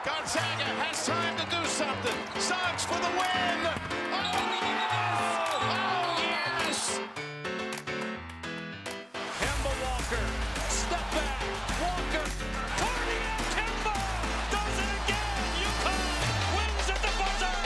Gonzaga has time to do something. Suggs for the win. Oh, yes! Kemba Walker, step back. Walker, Cardiac Kemba does it again. UConn wins at the buzzer.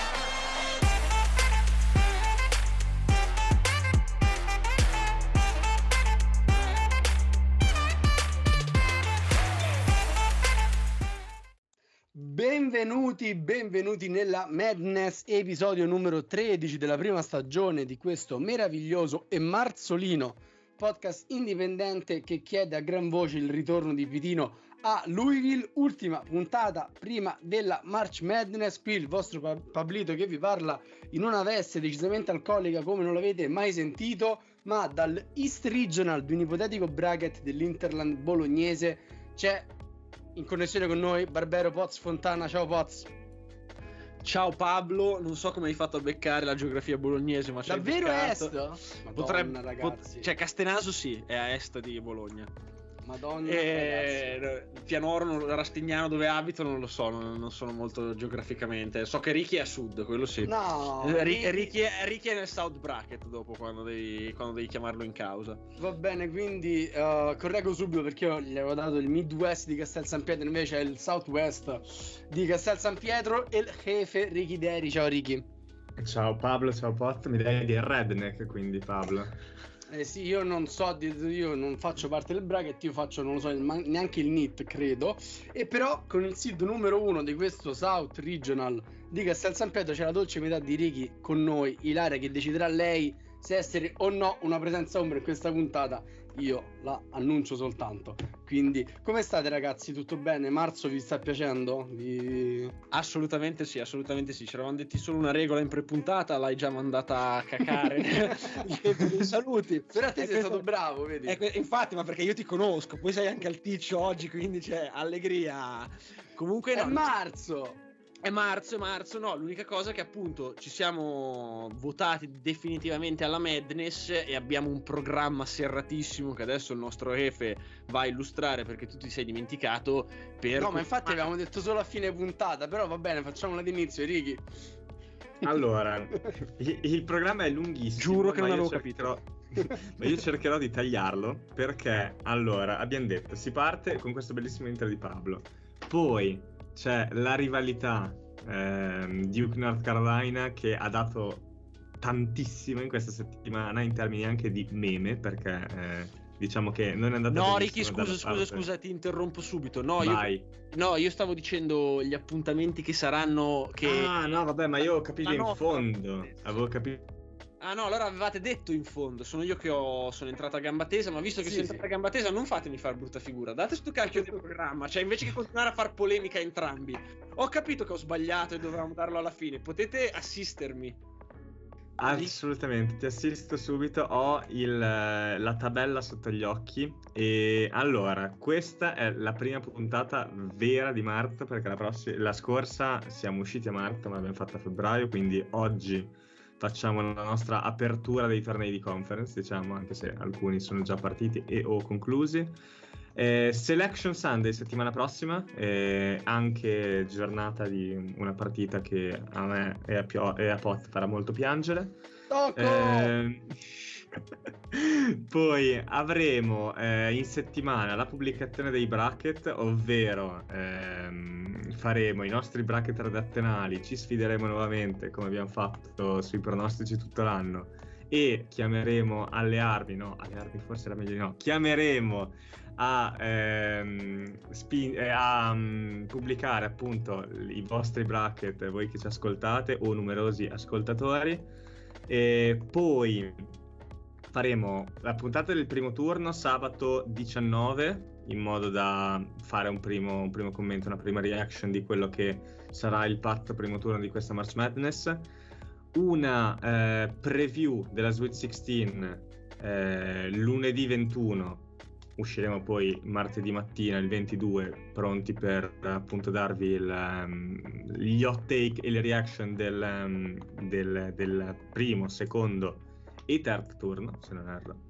Benvenuti nella Madness, episodio numero 13 della prima stagione di questo meraviglioso e marzolino podcast indipendente che chiede a gran voce il ritorno di Pitino a Louisville. Ultima puntata prima della March Madness. Qui il vostro Pablito che vi parla in una veste decisamente alcolica come non l'avete mai sentito, ma dal East Regional di un ipotetico bracket dell'Interland bolognese c'è in connessione con noi Barbero Poz Fontana. Ciao Poz. Ciao Pablo, non so come hai fatto a beccare la geografia bolognese, ma davvero est? Potrebbe, ragazzi. Cioè Castenaso sì, è a est di Bologna. Madonna, Pianoro, Rastignano dove abito non lo so, non sono molto geograficamente. So che Ricky è a sud, quello sì. No, Ricky è nel South Bracket dopo quando devi chiamarlo in causa. Va bene, quindi correggo subito perché io gli avevo dato il Midwest di Castel San Pietro, invece è il Southwest di Castel San Pietro. E il jefe Ricky Deri. Ciao Ricky. Ciao Pablo, ciao Pot, mi dai di redneck quindi Pablo. Sì, io non faccio parte del bracket, io faccio, non lo so, neanche il NIT, credo. E però con il seed numero 1 di questo South Regional di Castel San Pietro c'è la dolce metà di Ricky con noi, Ilaria, che deciderà lei se essere o no una presenza ombra in questa puntata. Io la annuncio soltanto. Quindi, come state ragazzi? Tutto bene? Marzo vi sta piacendo? Assolutamente sì. Ci eravamo detti solo una regola in prepuntata, l'hai già mandata a cacare. I saluti. Però a te sei stato bravo, vedi? Infatti, ma perché io ti conosco, poi sei anche al ticcio oggi, quindi c'è allegria. Comunque no. È marzo, no, l'unica cosa è che appunto ci siamo votati definitivamente alla Madness e abbiamo un programma serratissimo che adesso il nostro Efe va a illustrare perché tu ti sei dimenticato. No, ma infatti avevamo detto solo a fine puntata, però va bene, facciamola d'inizio, Ricky. Allora, il programma è lunghissimo. Giuro che non avevo capito. Ma io cercherò di tagliarlo perché, allora, abbiamo detto, si parte con questo bellissimo intro di Pablo, poi c'è la rivalità Duke North Carolina che ha dato tantissimo in questa settimana in termini anche di meme, perché diciamo che non è andata no Ricky, scusa, ti interrompo subito. Io stavo dicendo gli appuntamenti che saranno no vabbè, ma io ho capito in fondo, avevo capito. Ah no, allora avevate detto in fondo, sono io che sono entrato a gamba tesa, ma visto che sei entrato a gamba tesa non fatemi fare brutta figura, date sto cacchio di programma, cioè invece che continuare a far polemica entrambi. Ho capito che ho sbagliato e dovevamo darlo alla fine, potete assistermi? Assolutamente, ti assisto subito, ho la tabella sotto gli occhi. E allora, questa è la prima puntata vera di marzo, perché la scorsa siamo usciti a marzo ma l'abbiamo fatta a febbraio, quindi oggi facciamo la nostra apertura dei tornei di conference, diciamo, anche se alcuni sono già partiti e o conclusi. Selection Sunday settimana prossima, anche giornata di una partita che a me e a Pot farà molto piangere. Poi avremo in settimana la pubblicazione dei bracket, ovvero faremo i nostri bracket redazionali, ci sfideremo nuovamente come abbiamo fatto sui pronostici tutto l'anno e chiameremo forse era meglio di no, chiameremo a pubblicare appunto i vostri bracket, voi che ci ascoltate o numerosi ascoltatori. E poi faremo la puntata del primo turno sabato 19 in modo da fare un primo commento, una prima reaction di quello che sarà il patto primo turno di questa March Madness, una preview della Sweet 16 lunedì 21, usciremo poi martedì mattina il 22 pronti per appunto darvi gli hot take e le reaction del primo, secondo e terzo turno, se non erro.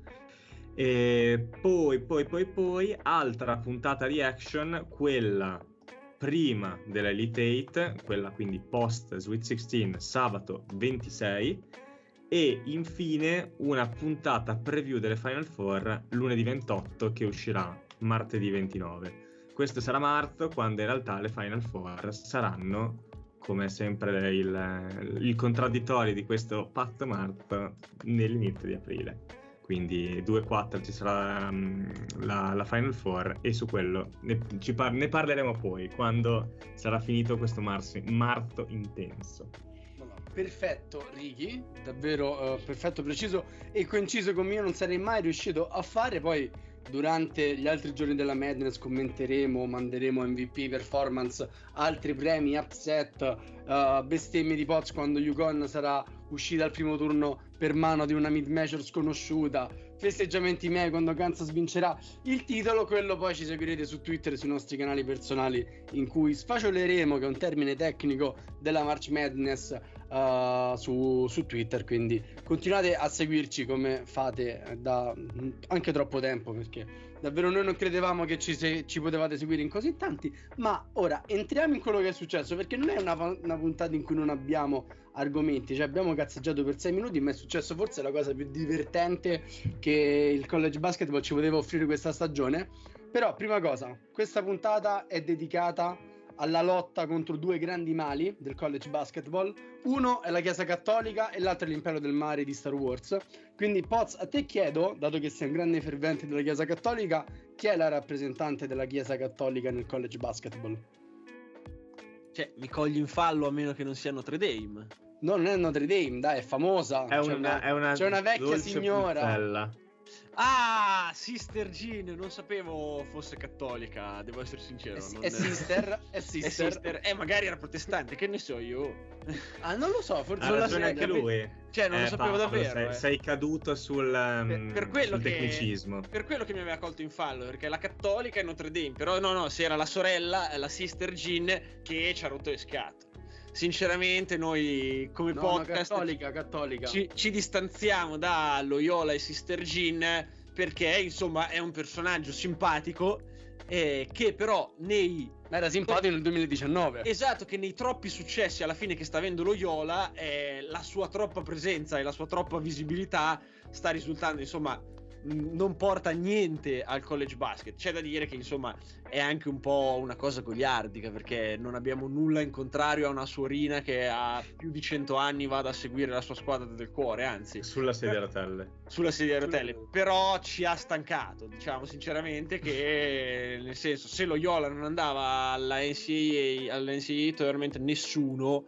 E poi altra puntata reaction, quella prima dell'Elite 8, quella quindi post Sweet 16, sabato 26, e infine una puntata preview delle Final Four lunedì 28 che uscirà martedì 29. Questo sarà marzo, quando in realtà le Final Four saranno, come sempre il contraddittorio di questo patto marzo, nell'inizio di aprile. Quindi 2-4 ci sarà la Final Four, e su quello ne parleremo poi, quando sarà finito questo marzo intenso. Perfetto, Ricky, davvero perfetto, preciso e conciso come io non sarei mai riuscito a fare. Poi durante gli altri giorni della Madness commenteremo, manderemo MVP, performance, altri premi, upset, bestemmie di Poz quando UConn sarà uscita al primo turno per mano di una mid-major sconosciuta, festeggiamenti miei quando Kansas vincerà il titolo. Quello poi ci seguirete su Twitter e sui nostri canali personali, in cui sfacioleremo, che è un termine tecnico della March Madness, su Twitter. Quindi continuate a seguirci come fate da anche troppo tempo, perché davvero noi non credevamo che ci potevate seguire in così tanti. Ma ora entriamo in quello che è successo, perché non è una puntata in cui non abbiamo argomenti, cioè abbiamo cazzeggiato per 6 minuti, ma è successo forse la cosa più divertente che il college basketball ci poteva offrire questa stagione. Però prima cosa, questa puntata è dedicata alla lotta contro due grandi mali del college basketball. Uno è la Chiesa Cattolica e l'altro è l'Impero del Mare di Star Wars. Quindi Poz, a te chiedo, dato che sei un grande fervente della Chiesa Cattolica, chi è la rappresentante della Chiesa Cattolica nel college basketball? Cioè, mi cogli in fallo, a meno che non sia Notre Dame. No, non è Notre Dame, dai, è famosa. C'è una vecchia signora. Puntella. Ah, Sister Jean, non sapevo fosse cattolica, devo essere sincero. È sister. Magari era protestante, che ne so io. Ah, non lo so, forse ha ragione anche lui. Cioè, non lo sapevo davvero. Sei caduto sul tecnicismo. Per quello che mi aveva colto in fallo, perché la cattolica è Notre Dame, però no, se era la sorella, la Sister Jean, che ci ha rotto le scatole. Sinceramente noi come podcast cattolica. Ci distanziamo da Loyola e Sister Jean, perché insomma è un personaggio simpatico, che però era simpatico nel 2019. Esatto, che nei troppi successi alla fine che sta avendo Loyola, la sua troppa presenza e la sua troppa visibilità sta risultando, insomma, non porta niente al college basket. C'è da dire che insomma è anche un po' una cosa goliardica, perché non abbiamo nulla in contrario a una suorina che a più di 100 anni vada a seguire la sua squadra del cuore, anzi sulla sedia a rotelle. Però ci ha stancato, diciamo sinceramente, che nel senso, se Loyola non andava alla NCAA tournament, nessuno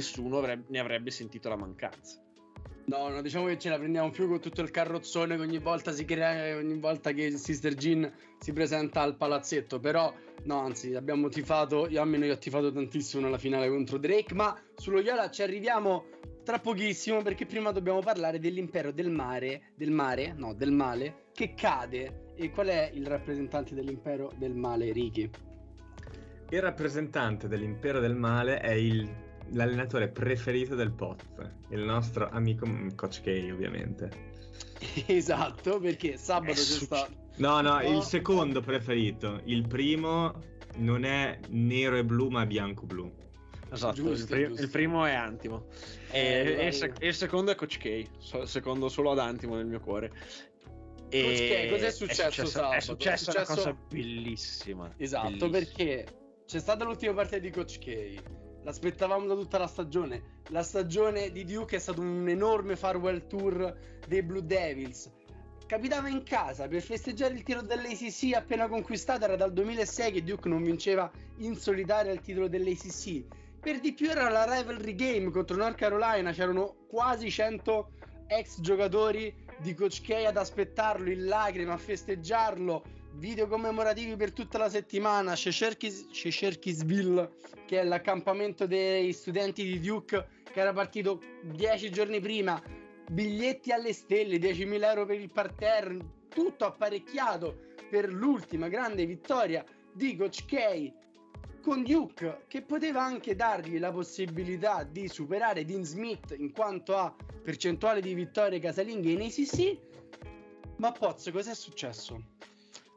ne avrebbe sentito la mancanza. No, diciamo che ce la prendiamo più con tutto il carrozzone che ogni volta si crea, ogni volta che Sister Jean si presenta al palazzetto. Però no, anzi, abbiamo tifato, io ho tifato tantissimo nella finale contro Drake. Ma su Loyola ci arriviamo tra pochissimo, perché prima dobbiamo parlare dell'Impero del Male che cade. E qual è il rappresentante dell'Impero del Male, Ricky? Il rappresentante dell'Impero del Male è l'allenatore preferito del Poz, il nostro amico Coach K, ovviamente. Esatto, perché sabato c'è stato... No, il secondo preferito. Il primo non è nero e blu, ma bianco-blu. Esatto, giusto. Il primo è Antimo. E il secondo è Coach K. Secondo solo ad Antimo nel mio cuore. Coach K, cos'è successo sabato? È successa una cosa bellissima. Esatto, perché c'è stata l'ultima partita di Coach K. L'aspettavamo da tutta la stagione. La stagione di Duke è stato un enorme farewell tour dei Blue Devils. Capitava in casa per festeggiare il titolo dell'ACC appena conquistato. Era dal 2006 che Duke non vinceva in solitaria il titolo dell'ACC. Per di più era la rivalry game contro North Carolina. C'erano quasi 100 ex giocatori di Coach K ad aspettarlo in lacrime, a festeggiarlo. Video commemorativi per tutta la settimana. Cherkesville, che è l'accampamento dei studenti di Duke, che era partito 10 giorni prima. Biglietti alle stelle, 10.000 euro per il parterre, tutto apparecchiato per l'ultima grande vittoria di Coach K con Duke, che poteva anche dargli la possibilità di superare Dean Smith in quanto a percentuale di vittorie casalinghe in ACC. Ma Poz, cos'è successo?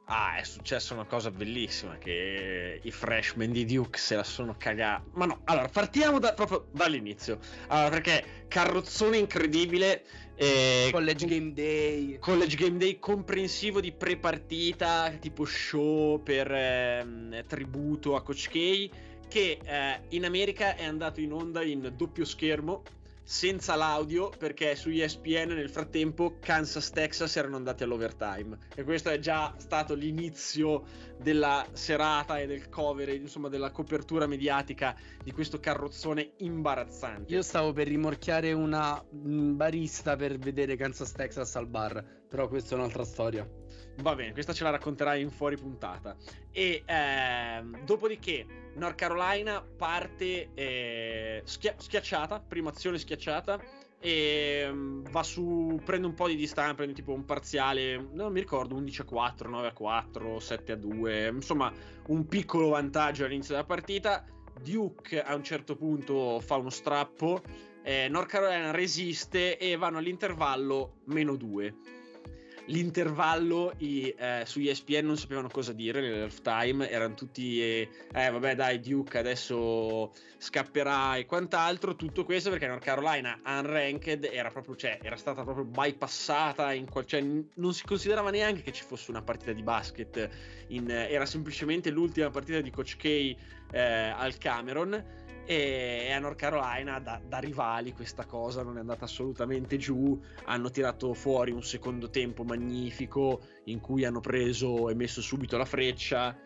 È successa una cosa bellissima, che i freshman di Duke se la sono cagati. Ma no, allora partiamo proprio dall'inizio. Allora, perché carrozzone incredibile, College Game Day comprensivo di pre-partita, tipo show per tributo a Coach K, che in America è andato in onda in doppio schermo senza l'audio, perché su ESPN nel frattempo Kansas Texas erano andati all'overtime, e questo è già stato l'inizio della serata e del coverage, insomma della copertura mediatica di questo carrozzone imbarazzante. Io stavo per rimorchiare una barista per vedere Kansas Texas al bar, però questa è un'altra storia. Va bene, questa ce la racconterai in fuori puntata. E dopodiché North Carolina parte schiacciata, prima azione schiacciata, e va su, prende un po' di distanza, prende tipo un parziale, non mi ricordo, 11-4, 9-4, 7-2, insomma un piccolo vantaggio all'inizio della partita. Duke a un certo punto fa uno strappo, North Carolina resiste e vanno all'intervallo -2. L'intervallo su ESPN non sapevano cosa dire nell'halftime, erano tutti vabbè dai Duke adesso scapperà e quant'altro. Tutto questo perché North Carolina unranked era proprio, era stata proprio bypassata cioè non si considerava neanche che ci fosse una partita di basket era semplicemente l'ultima partita di Coach K al Cameron. E a North Carolina da rivali questa cosa non è andata assolutamente giù. Hanno tirato fuori un secondo tempo magnifico in cui hanno preso e messo subito la freccia.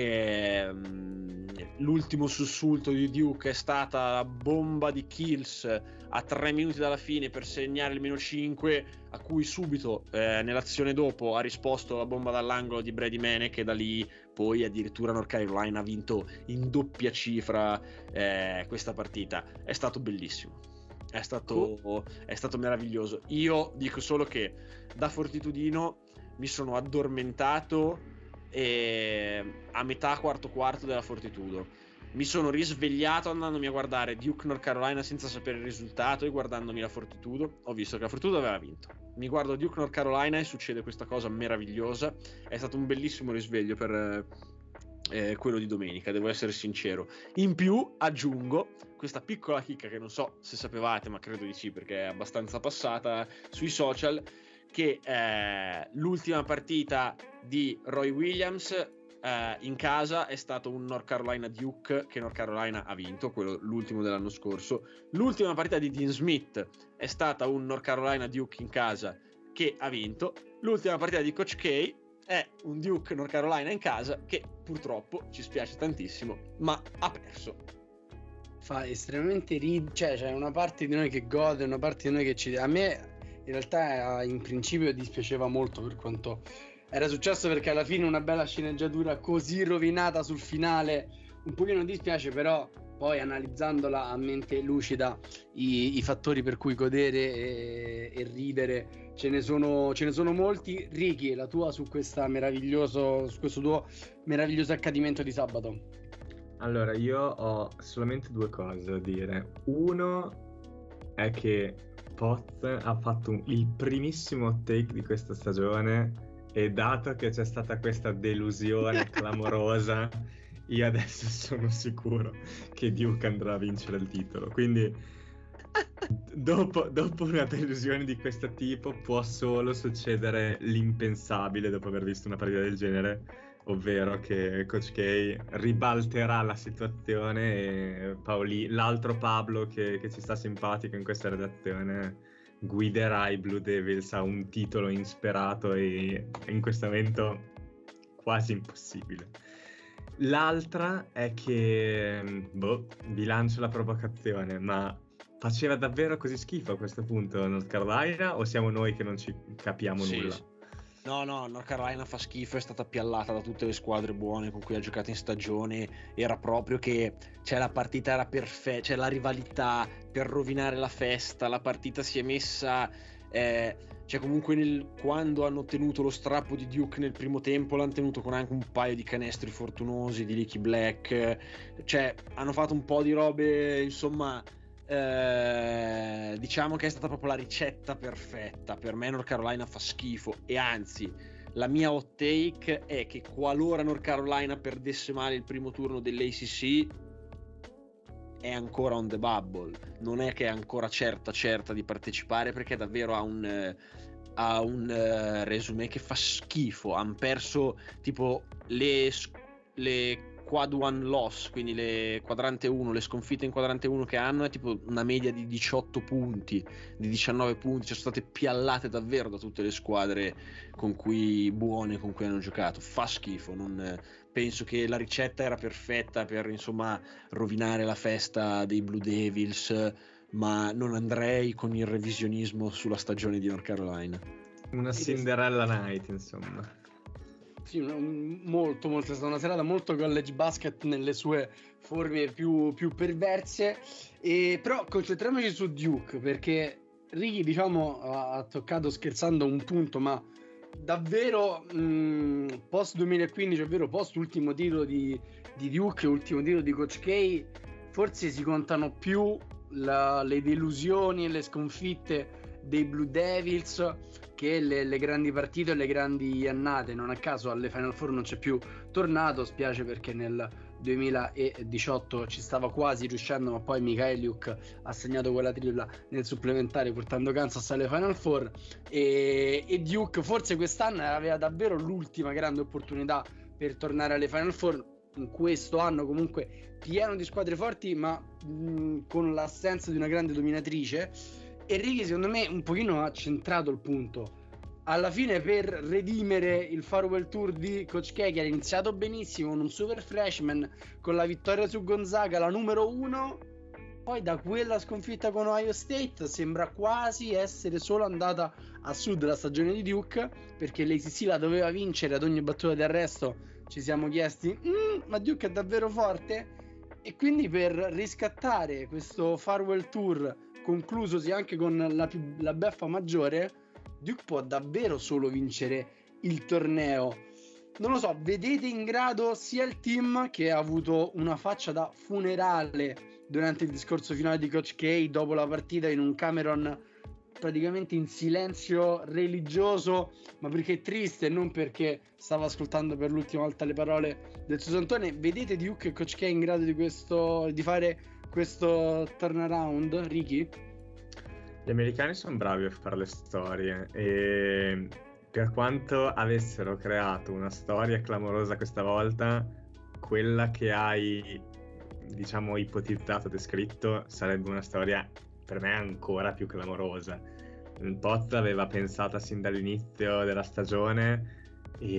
L'ultimo sussulto di Duke è stata la bomba di Kills a 3 minuti dalla fine per segnare il -5, a cui subito nell'azione dopo ha risposto la bomba dall'angolo di Brady Manek, che da lì poi addirittura North Carolina ha vinto in doppia cifra questa partita. È stato bellissimo, è stato meraviglioso. Io dico solo che da fortitudino mi sono addormentato a metà quarto della Fortitudo. Mi sono risvegliato andandomi a guardare Duke North Carolina senza sapere il risultato, e guardandomi la Fortitudo ho visto che la Fortitudo aveva vinto. Mi guardo Duke North Carolina e succede questa cosa meravigliosa. È stato un bellissimo risveglio per quello di domenica, devo essere sincero. In più aggiungo questa piccola chicca che non so se sapevate, ma credo di sì perché è abbastanza passata sui social, che l'ultima partita di Roy Williams in casa è stato un North Carolina Duke che North Carolina ha vinto, l'ultimo dell'anno scorso. L'ultima partita di Dean Smith è stata un North Carolina Duke in casa che ha vinto. L'ultima partita di Coach K è un Duke North Carolina in casa che purtroppo, ci spiace tantissimo, ma ha perso. Fa estremamente cioè c'è una parte di noi che gode, una parte di noi che a me in realtà in principio dispiaceva molto per quanto era successo, perché alla fine una bella sceneggiatura così rovinata sul finale un pochino dispiace, però poi analizzandola a mente lucida i fattori per cui godere e ridere ce ne sono molti. Ricky, la tua su questo meraviglioso accadimento di sabato? Allora, io ho solamente due cose da dire. Uno è che Pot ha fatto il primissimo take di questa stagione, e dato che c'è stata questa delusione clamorosa, io adesso sono sicuro che Duke andrà a vincere il titolo. Quindi dopo una delusione di questo tipo può solo succedere l'impensabile dopo aver visto una partita del genere, ovvero che Coach K ribalterà la situazione e l'altro Pablo che ci sta simpatico in questa redazione guiderà i Blue Devils a un titolo insperato e in questo momento quasi impossibile. L'altra è che vi lancio la provocazione, ma faceva davvero così schifo a questo punto North Carolina, o siamo noi che non ci capiamo nulla? No, North Carolina fa schifo, è stata piallata da tutte le squadre buone con cui ha giocato in stagione. Era proprio che la partita era perfetta, c'è la rivalità per rovinare la festa. La partita si è messa comunque quando hanno tenuto lo strappo di Duke nel primo tempo, l'hanno tenuto con anche un paio di canestri fortunosi di Leaky Black. Hanno fatto un po' di robe, insomma. Diciamo che è stata proprio la ricetta perfetta. Per me North Carolina fa schifo, e anzi la mia hot take è che qualora North Carolina perdesse male il primo turno dell'ACC è ancora on the bubble, non è che è ancora certa di partecipare, perché davvero ha un resume che fa schifo. Hanno perso tipo le quad one loss, quindi le quadrante 1, le sconfitte in quadrante 1 che hanno è tipo una media di 18 punti, di 19 punti, cioè sono state piallate davvero da tutte le squadre buone con cui hanno giocato. Fa schifo, non penso che la ricetta era perfetta per insomma rovinare la festa dei Blue Devils, ma non andrei con il revisionismo sulla stagione di North Carolina. Una Cinderella Night, insomma. Sì, molto, è stata una serata molto college basket nelle sue forme più perverse. Però concentriamoci su Duke, perché Ricky, diciamo, ha toccato scherzando un punto, ma davvero post 2015, ovvero post ultimo titolo di Duke, ultimo titolo di Coach K, forse si contano più le delusioni e le sconfitte dei Blue Devils che le grandi partite e le grandi annate. Non a caso alle Final Four non c'è più tornato, spiace perché nel 2018 ci stava quasi riuscendo, ma poi Mikhailiuk ha segnato quella tripla nel supplementare portando Kansas alle Final Four, e Duke forse quest'anno aveva davvero l'ultima grande opportunità per tornare alle Final Four, in questo anno comunque pieno di squadre forti, ma con l'assenza di una grande dominatrice. E Ricky secondo me un pochino ha centrato il punto. Alla fine, per redimere il farewell tour di Coach K, che era iniziato benissimo con un super freshman, con la vittoria su Gonzaga, la numero 1, poi da quella sconfitta con Ohio State sembra quasi essere solo andata a sud la stagione di Duke, perché l'ACC la doveva vincere ad ogni battuta di arresto. Ci siamo chiesti ma Duke è davvero forte? E quindi per riscattare questo farewell tour, conclusosi anche con la beffa maggiore, Duke può davvero solo vincere il torneo. Non lo so, vedete in grado sia il team, che ha avuto una faccia da funerale durante il discorso finale di Coach K dopo la partita in un Cameron praticamente in silenzio religioso, ma perché triste, non perché stava ascoltando per l'ultima volta le parole del suo Santone. Vedete Duke e Coach K in grado di fare questo turnaround, Ricky? Gli americani sono bravi a fare le storie, e per quanto avessero creato una storia clamorosa questa volta, quella che hai, diciamo, ipotizzato, descritto, sarebbe una storia per me ancora più clamorosa. Il Poz aveva pensata sin dall'inizio della stagione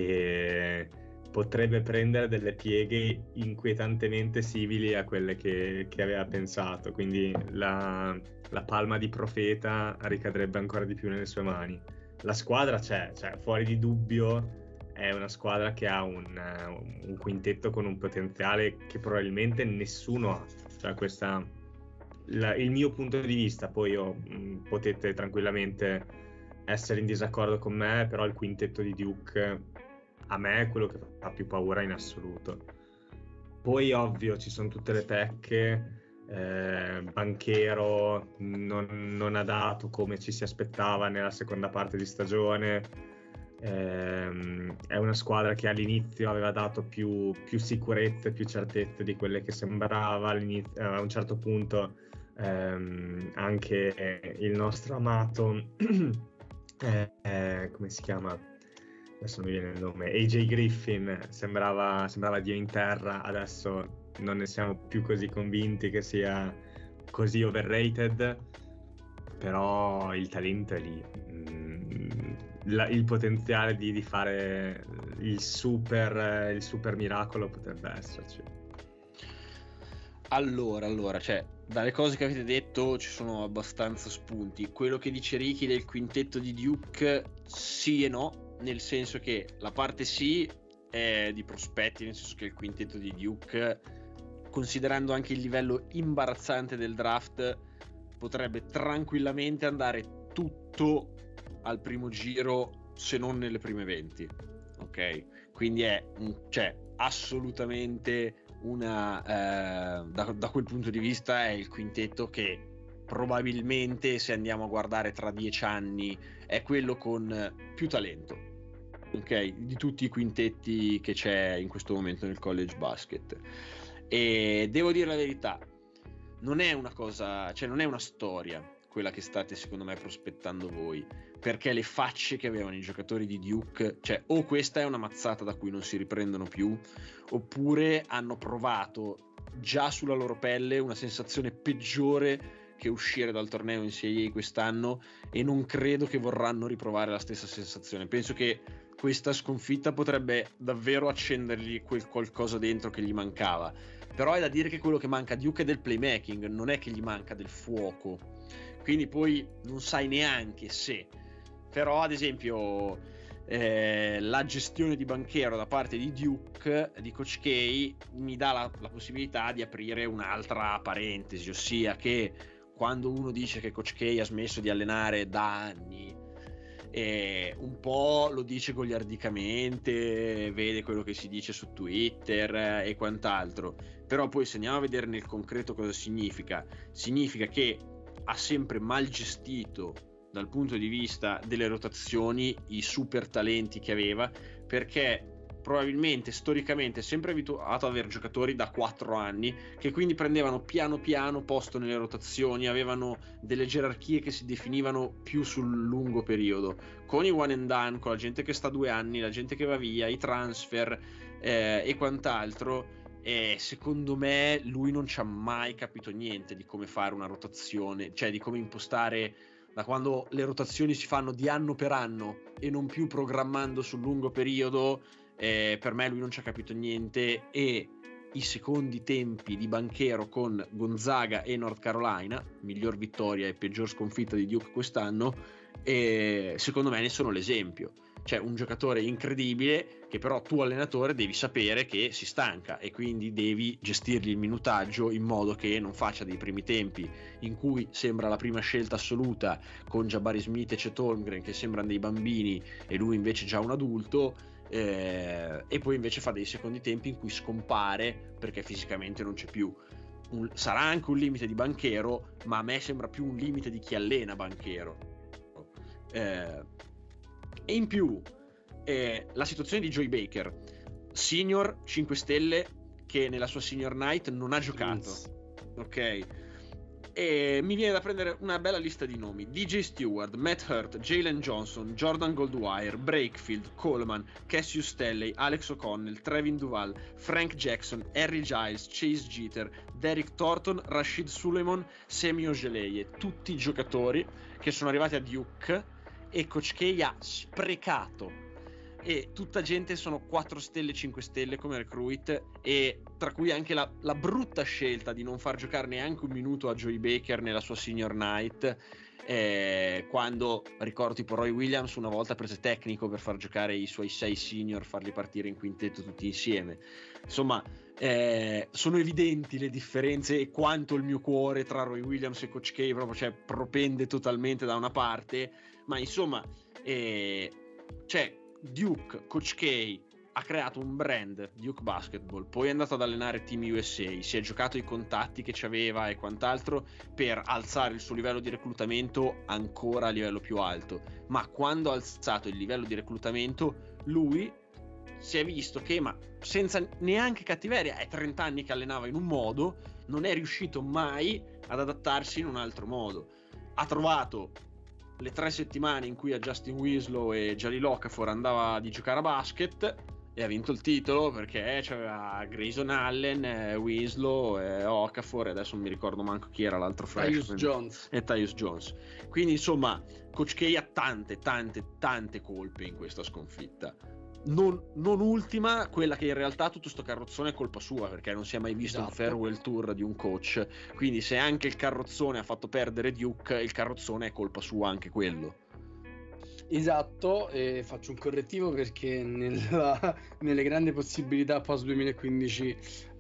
e potrebbe prendere delle pieghe inquietantemente simili a quelle che aveva pensato, quindi la palma di profeta ricadrebbe ancora di più nelle sue mani. La squadra c'è, fuori di dubbio è una squadra che ha un quintetto con un potenziale che probabilmente nessuno ha, cioè il mio punto di vista, poi potete tranquillamente essere in disaccordo con me, però il quintetto di Duke a me è quello che fa più paura in assoluto. Poi ovvio ci sono tutte le pecche, Banchero non ha dato come ci si aspettava nella seconda parte di stagione, è una squadra che all'inizio aveva dato più sicurezze, più certezze di quelle che sembrava a un certo punto. Anche il nostro amato come si chiama? Adesso non mi viene il nome, AJ Griffin sembrava Dio in terra, adesso non ne siamo più così convinti che sia così overrated, però il talento è lì, il potenziale di fare il super miracolo potrebbe esserci. Allora, cioè, dalle cose che avete detto ci sono abbastanza spunti. Quello che dice Ricky del quintetto di Duke, sì e no, nel senso che la parte sì è di prospetti, nel senso che il quintetto di Duke, considerando anche il livello imbarazzante del draft, potrebbe tranquillamente andare tutto al primo giro, se non nelle prime 20, ok? Quindi è assolutamente da quel punto di vista è il quintetto che probabilmente, se andiamo a guardare tra 10 anni, è quello con più talento, ok, di tutti i quintetti che c'è in questo momento nel college basket. E devo dire la verità, non è una cosa, cioè non è una storia quella che state secondo me prospettando voi, perché le facce che avevano i giocatori di Duke, cioè o questa è una mazzata da cui non si riprendono più, oppure hanno provato già sulla loro pelle una sensazione peggiore che uscire dal torneo NCAA quest'anno, e non credo che vorranno riprovare la stessa sensazione. Penso che questa sconfitta potrebbe davvero accendergli quel qualcosa dentro che gli mancava. Però è da dire che quello che manca a Duke è del playmaking, non è che gli manca del fuoco, quindi poi non sai neanche se. Però ad esempio la gestione di Banchero da parte di Duke, di Coach K, mi dà la possibilità di aprire un'altra parentesi, ossia che quando uno dice che Coach K ha smesso di allenare da anni, un po' lo dice goliardicamente, vede quello che si dice su Twitter e quant'altro, però poi se andiamo a vedere nel concreto cosa significa che ha sempre mal gestito dal punto di vista delle rotazioni i super talenti che aveva, perché probabilmente storicamente è sempre abituato ad avere giocatori da 4 anni che quindi prendevano piano piano posto nelle rotazioni, avevano delle gerarchie che si definivano più sul lungo periodo. Con i one and done, con la gente che sta 2 anni, la gente che va via, i transfer e quant'altro, secondo me lui non ci ha mai capito niente di come fare una rotazione, cioè di come impostare, da quando le rotazioni si fanno di anno per anno e non più programmando sul lungo periodo. Per me lui non ci ha capito niente, e i secondi tempi di Banchero con Gonzaga e North Carolina, miglior vittoria e peggior sconfitta di Duke quest'anno, secondo me ne sono l'esempio. Cioè un giocatore incredibile che però tu allenatore devi sapere che si stanca, e quindi devi gestirgli il minutaggio in modo che non faccia dei primi tempi in cui sembra la prima scelta assoluta con Jabari Smith e Chet Holmgren che sembrano dei bambini e lui invece già un adulto, e poi invece fa dei secondi tempi in cui scompare perché fisicamente non c'è più. Sarà anche un limite di Banchero, ma a me sembra più un limite di chi allena Banchero. E in più la situazione di Joey Baker, senior 5 stelle, che nella sua senior night non ha giocato, ok? E mi viene da prendere una bella lista di nomi: DJ Stewart, Matt Hurt, Jalen Johnson, Jordan Goldwire, Brakefield, Coleman, Cassius Stanley, Alex O'Connell, Trevin Duval, Frank Jackson, Harry Giles, Chase Jeter, Derek Thornton, Rashid Suleiman, Semi Ojeleye, tutti giocatori che sono arrivati a Duke e Coach K ha sprecato, e tutta gente sono 4 stelle 5 stelle come recruit, e tra cui anche la brutta scelta di non far giocare neanche un minuto a Joey Baker nella sua senior night, quando ricordo tipo Roy Williams una volta prese tecnico per far giocare i suoi 6 senior, farli partire in quintetto tutti insieme. Insomma, sono evidenti le differenze e quanto il mio cuore tra Roy Williams e Coach K proprio, cioè, propende totalmente da una parte. Ma insomma, cioè Duke, Coach K ha creato un brand, Duke Basketball, poi è andato ad allenare Team USA, si è giocato i contatti che c'aveva e quant'altro per alzare il suo livello di reclutamento ancora a livello più alto. Ma quando ha alzato il livello di reclutamento, lui si è visto che, ma senza neanche cattiveria, è 30 anni che allenava in un modo, non è riuscito mai ad adattarsi in un altro modo. Ha trovato le 3 settimane in cui a Justin Winslow e Jalil Okafor andava di giocare a basket, e ha vinto il titolo perché c'aveva Grayson Allen, Winslow e Okafor, e adesso non mi ricordo manco chi era l'altro freshman, Tyus Jones. Quindi insomma Coach K ha tante colpe in questa sconfitta, non ultima quella che in realtà tutto sto carrozzone è colpa sua, perché non si è mai visto un farewell tour di un coach, quindi se anche il carrozzone ha fatto perdere Duke, il carrozzone è colpa sua anche quello. Esatto, e faccio un correttivo perché nelle grandi possibilità post 2015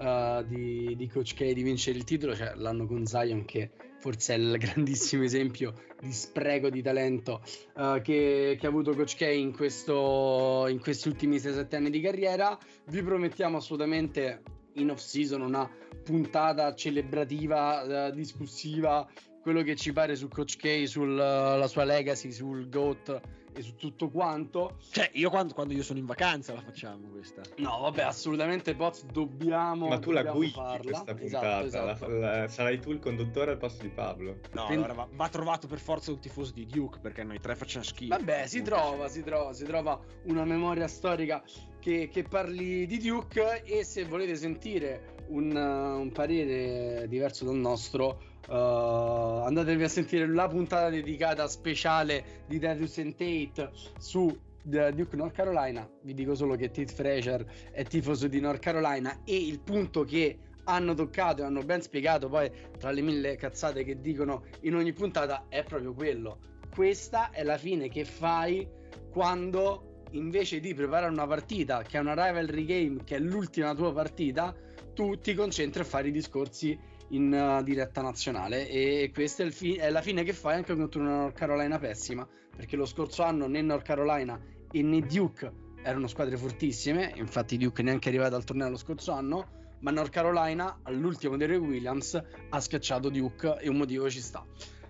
di Coach K di vincere il titolo, cioè l'anno con Zion, che forse è il grandissimo esempio di spreco di talento che ha avuto Coach K in questi ultimi 6-7 anni di carriera. Vi promettiamo assolutamente in off season una puntata celebrativa, discussiva, quello che ci pare su Coach K, sulla sua legacy, sul GOAT e su tutto quanto. Cioè, io quando io sono in vacanza la facciamo questa. No, vabbè, assolutamente Poz, dobbiamo. Ma tu la guidi farla. questa puntata, Esatto. Sarai tu il conduttore al posto di Pablo. No, allora va trovato per forza un tifoso di Duke, perché noi tre facciamo schifo. Vabbè, si trova una memoria storica che parli di Duke, e se volete sentire un parere diverso dal nostro, andatevi a sentire la puntata dedicata speciale di Darius and Tate su Duke North Carolina. Vi dico solo che Tate Frazier è tifoso di North Carolina, e il punto che hanno toccato e hanno ben spiegato poi tra le mille cazzate che dicono in ogni puntata è proprio quello. Questa è la fine che fai quando, invece di preparare una partita che è una rivalry game, che è l'ultima tua partita, tu ti concentri a fare i discorsi in diretta nazionale, e questa è la fine che fai anche contro una North Carolina pessima, perché lo scorso anno né North Carolina e né Duke erano squadre fortissime, infatti Duke neanche è arrivata al torneo lo scorso anno, ma North Carolina all'ultimo dei Roy Williams ha schiacciato Duke, e un motivo ci sta.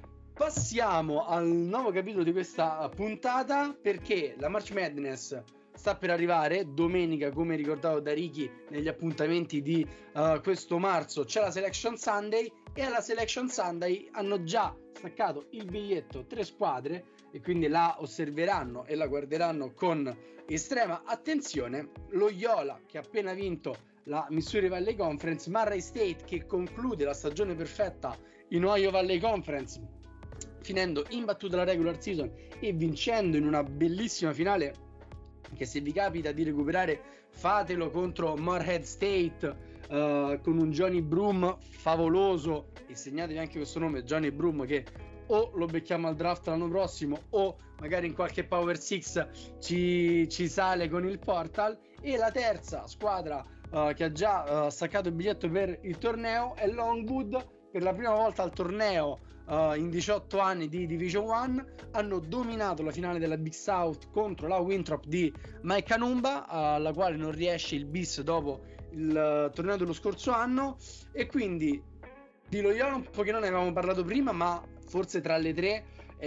Passiamo al nuovo capitolo di questa puntata, perché la March Madness sta per arrivare domenica, come ricordato da Ricky negli appuntamenti di questo marzo. C'è la Selection Sunday, e alla Selection Sunday hanno già staccato il biglietto 3 squadre, e quindi la osserveranno e la guarderanno con estrema attenzione. Loyola, che ha appena vinto la Missouri Valley Conference, Murray State, che conclude la stagione perfetta in Ohio Valley Conference, finendo imbattuta la regular season e vincendo in una bellissima finale, che se vi capita di recuperare fatelo, contro Morehead State, con un Johnny Broom favoloso, e segnatevi anche questo nome, Johnny Broom, che o lo becchiamo al draft l'anno prossimo o magari in qualche Power 6 ci sale con il portal. E la terza squadra che ha già staccato il biglietto per il torneo è Longwood. Per la prima volta al torneo in 18 anni di Division 1 hanno dominato la finale della Big South contro la Winthrop di Mike Kanumba, alla quale non riesce il bis dopo il torneo dello scorso anno. E quindi di Loyola un pochino ne avevamo parlato prima, ma forse tra le tre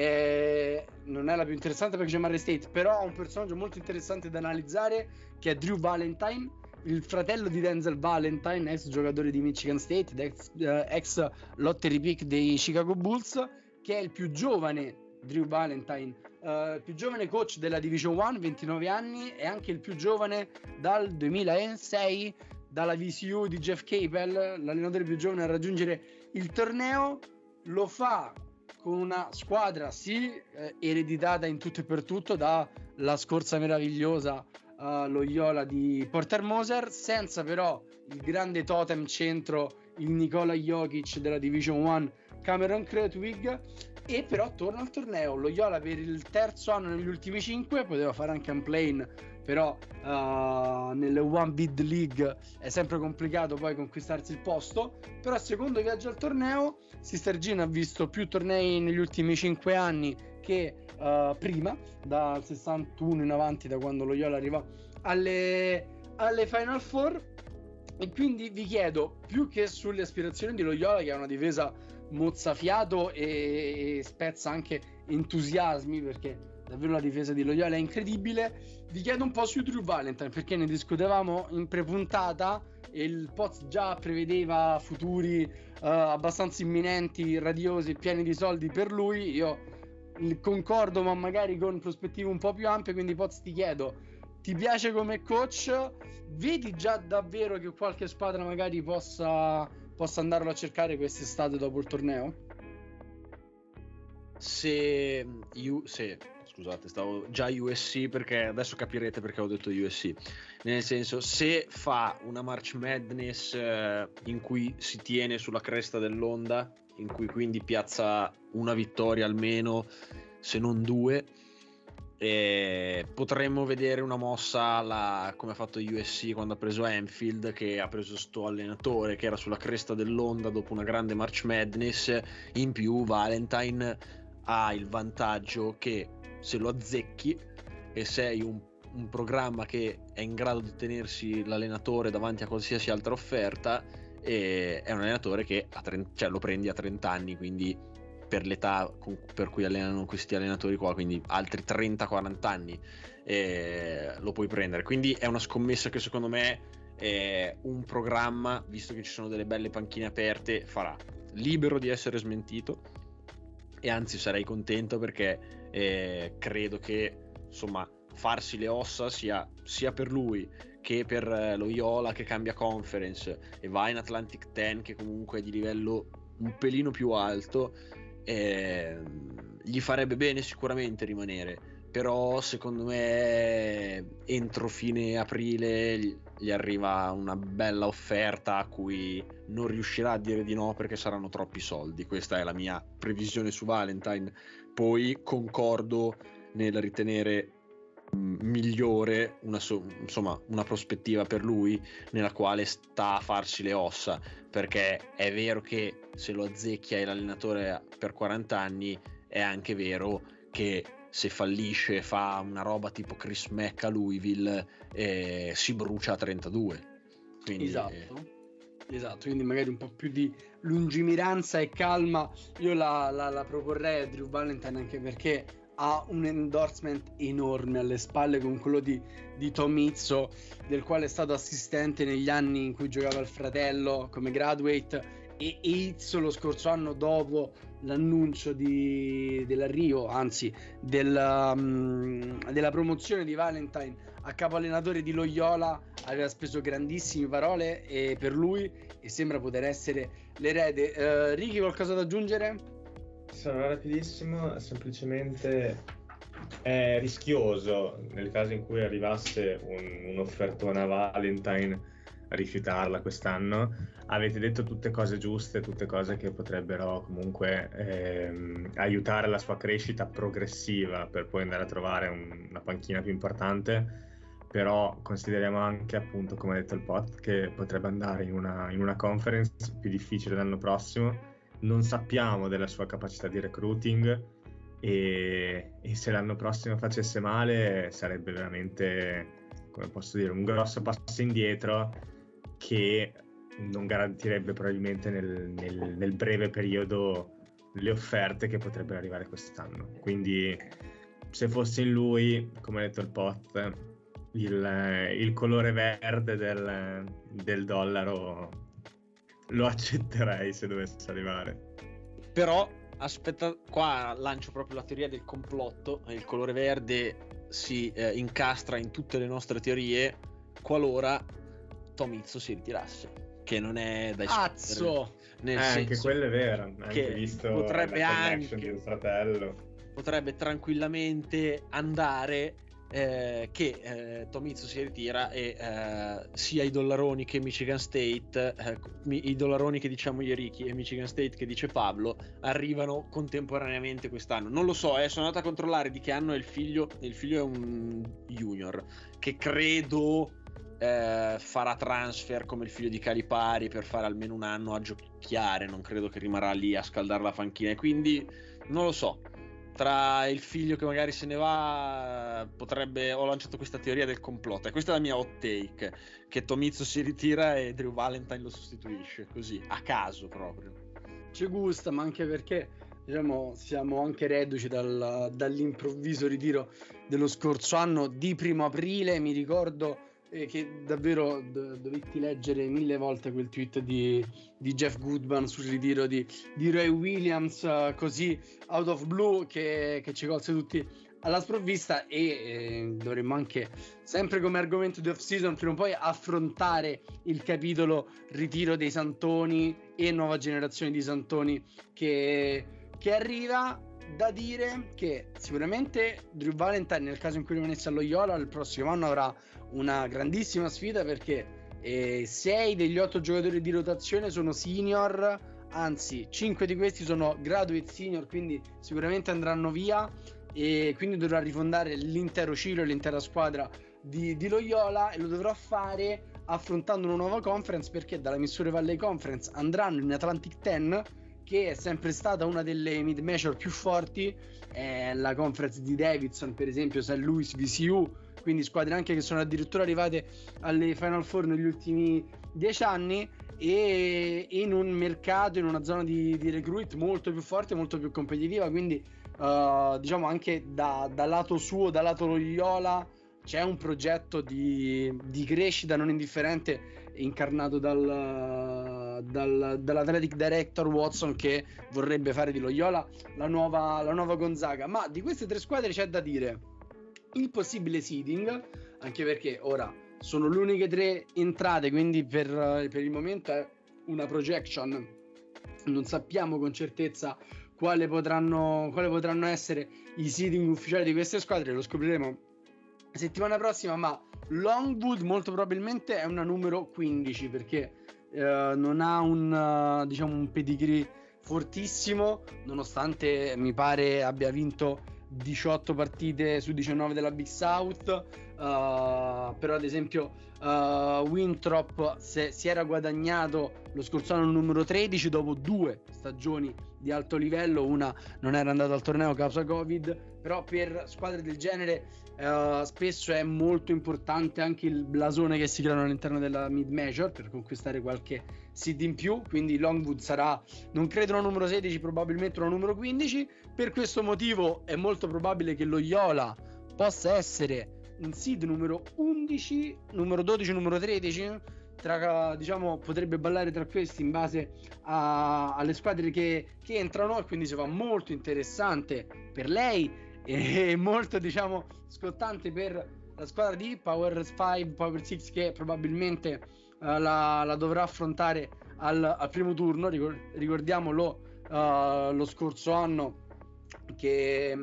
non è la più interessante, perché c'è Murray State, però ha un personaggio molto interessante da analizzare, che è Drew Valentine, il fratello di Denzel Valentine, ex giocatore di Michigan State, ex lottery pick dei Chicago Bulls, che è il più giovane, Drew Valentine, più giovane coach della Division 1, 29 anni, e anche il più giovane dal 2006, dalla VCU di Jeff Capel, l'allenatore più giovane a raggiungere il torneo. Lo fa con una squadra ereditata in tutto e per tutto dalla scorsa meravigliosa Loyola di Porter Moser, senza però il grande totem centro, il Nikola Jokic della Division 1, Cameron Krutwig. E però torna al torneo. Loyola per il terzo anno negli ultimi 5, poteva fare anche un play-in, però nelle One Bid League è sempre complicato poi conquistarsi il posto. Però al secondo viaggio al torneo, Sister Jean ha visto più tornei negli ultimi 5 anni che prima, dal 61 in avanti, da quando Loyola arrivò alle Final Four. E quindi vi chiedo, più che sulle aspirazioni di Loyola, che ha una difesa mozzafiato e spezza anche entusiasmi, perché davvero la difesa di Loyola è incredibile, vi chiedo un po' su Drew Valentine, perché ne discutevamo in prepuntata e il Poz già prevedeva futuri abbastanza imminenti, radiosi, pieni di soldi per lui. Io concordo, ma magari con prospettive un po' più ampie. Quindi Poz, ti chiedo, ti piace come coach? Vedi già davvero che qualche squadra magari possa andarlo a cercare quest'estate dopo il torneo? Scusate, stavo già USC, perché adesso capirete perché ho detto USC. Nel senso, se fa una March Madness in cui si tiene sulla cresta dell'onda, in cui quindi piazza una vittoria almeno, se non due, potremmo vedere una mossa come ha fatto USC quando ha preso Anfield, che ha preso sto allenatore che era sulla cresta dell'onda dopo una grande March Madness. In più Valentine ha il vantaggio che, se lo azzecchi e sei un programma che è in grado di tenersi l'allenatore davanti a qualsiasi altra offerta, è un allenatore che lo prendi a 30 anni, quindi per l'età per cui allenano questi allenatori qua, quindi altri 30-40 anni, lo puoi prendere. Quindi è una scommessa che secondo me un programma, visto che ci sono delle belle panchine aperte, farà. Libero di essere smentito, e anzi sarei contento, perché credo che insomma farsi le ossa sia per lui che per Loyola, che cambia conference e va in Atlantic 10, che comunque è di livello un pelino più alto, gli farebbe bene sicuramente rimanere. Però secondo me entro fine aprile gli arriva una bella offerta a cui non riuscirà a dire di no, perché saranno troppi soldi. Questa è la mia previsione su Valentine. Poi concordo nel ritenere migliore una prospettiva per lui nella quale sta a farsi le ossa, perché è vero che se lo azzecchia l'allenatore per 40 anni, è anche vero che se fallisce, fa una roba tipo Chris Mack a Louisville, si brucia a 32. Quindi, esatto, quindi magari un po' più di lungimiranza e calma io la proporrei a Drew Valentine, anche perché ha un endorsement enorme alle spalle con quello di Tom Izzo, del quale è stato assistente negli anni in cui giocava il fratello come graduate, e Izzo lo scorso anno, dopo l'annuncio dell'arrivo, anzi della promozione di Valentine a capo allenatore di Loyola, aveva speso grandissime parole per lui e sembra poter essere l'erede. Ricky, qualcosa da aggiungere? Sarà rapidissimo, semplicemente è rischioso nel caso in cui arrivasse un'offertona a Valentine a rifiutarla quest'anno. Avete detto tutte cose giuste, tutte cose che potrebbero comunque aiutare la sua crescita progressiva per poi andare a trovare una panchina più importante, però consideriamo anche, appunto, come ha detto il Pot, che potrebbe andare in una conference più difficile l'anno prossimo. Non sappiamo della sua capacità di recruiting e se l'anno prossimo facesse male sarebbe veramente, come posso dire, un grosso passo indietro che non garantirebbe probabilmente nel breve periodo le offerte che potrebbero arrivare quest'anno. Quindi se fosse in lui, come ha detto il Pot, il colore verde del dollaro lo accetterei se dovesse arrivare. Però aspetta, qua lancio proprio la teoria del complotto. Il colore verde si incastra in tutte le nostre teorie qualora Tom Izzo si ritirasse, che non è da escludere, nel senso anche quello è vero, anche visto potrebbe la connection di un fratello, potrebbe tranquillamente andare che Tom Izzo si ritira e sia i dollaroni che Michigan State, i dollaroni che diciamo io Ricky e Michigan State che dice Pablo, arrivano contemporaneamente quest'anno. Non lo so, sono andato a controllare di che anno è il figlio. Il figlio è un junior che credo farà transfer come il figlio di Calipari per fare almeno un anno a giochiare, non credo che rimarrà lì a scaldare la panchina, e quindi non lo so. Tra il figlio che magari se ne va, ho lanciato questa teoria del complotto, e questa è la mia hot take, che Tom Izzo si ritira e Drew Valentine lo sostituisce, così, a caso proprio. Ci gusta, ma anche perché, diciamo, siamo anche reduci dall'improvviso ritiro dello scorso anno di 1 aprile. Mi ricordo che davvero dovetti leggere 1000 volte quel tweet di Jeff Goodman sul ritiro di Roy Williams, così out of blue, che ci colse tutti alla sprovvista, e dovremmo anche, sempre come argomento di off season, prima o poi affrontare il capitolo ritiro dei Santoni e nuova generazione di Santoni che arriva. Da dire che sicuramente Drew Valentine, nel caso in cui rimanesse a Loyola, il prossimo anno avrà una grandissima sfida, perché 6 degli 8 giocatori di rotazione sono senior, anzi 5 di questi sono graduate senior, quindi sicuramente andranno via, e quindi dovrà rifondare l'intero ciclo e l'intera squadra di Loyola, e lo dovrà fare affrontando una nuova conference, perché dalla Missouri Valley Conference andranno in Atlantic 10, che è sempre stata una delle mid-major più forti, la conference di Davidson, per esempio, St. Louis, VCU, quindi squadre anche che sono addirittura arrivate alle Final Four negli ultimi 10 anni, e in un mercato, in una zona di recruit molto più forte, molto più competitiva, quindi diciamo anche da lato suo, da lato Loyola c'è un progetto di crescita non indifferente incarnato dall'athletic director Watson, che vorrebbe fare di Loyola la nuova Gonzaga. Ma di queste tre squadre c'è da dire il possibile seeding, anche perché ora sono le uniche tre entrate, quindi per il momento è una projection, non sappiamo con certezza quale potranno essere i seeding ufficiali di queste squadre, lo scopriremo settimana prossima. Ma Longwood molto probabilmente è una numero 15, perché non ha un pedigree fortissimo, nonostante mi pare abbia vinto 18 partite su 19 della Big South. Però ad esempio Winthrop si era guadagnato lo scorso anno il numero 13 dopo 2 stagioni di alto livello, una non era andata al torneo causa Covid, però per squadre del genere spesso è molto importante anche il blasone che si creano all'interno della mid major per conquistare qualche seed in più, quindi Longwood sarà, non credo, una numero 16, probabilmente una numero 15. Per questo motivo è molto probabile che Loyola possa essere un seed numero 11, numero 12, numero 13, potrebbe ballare tra questi in base alle squadre che entrano, e quindi si fa molto interessante per lei e molto scottante per la squadra di Power 5, Power 6, che probabilmente la dovrà affrontare al primo turno. Ricordiamolo, lo scorso anno che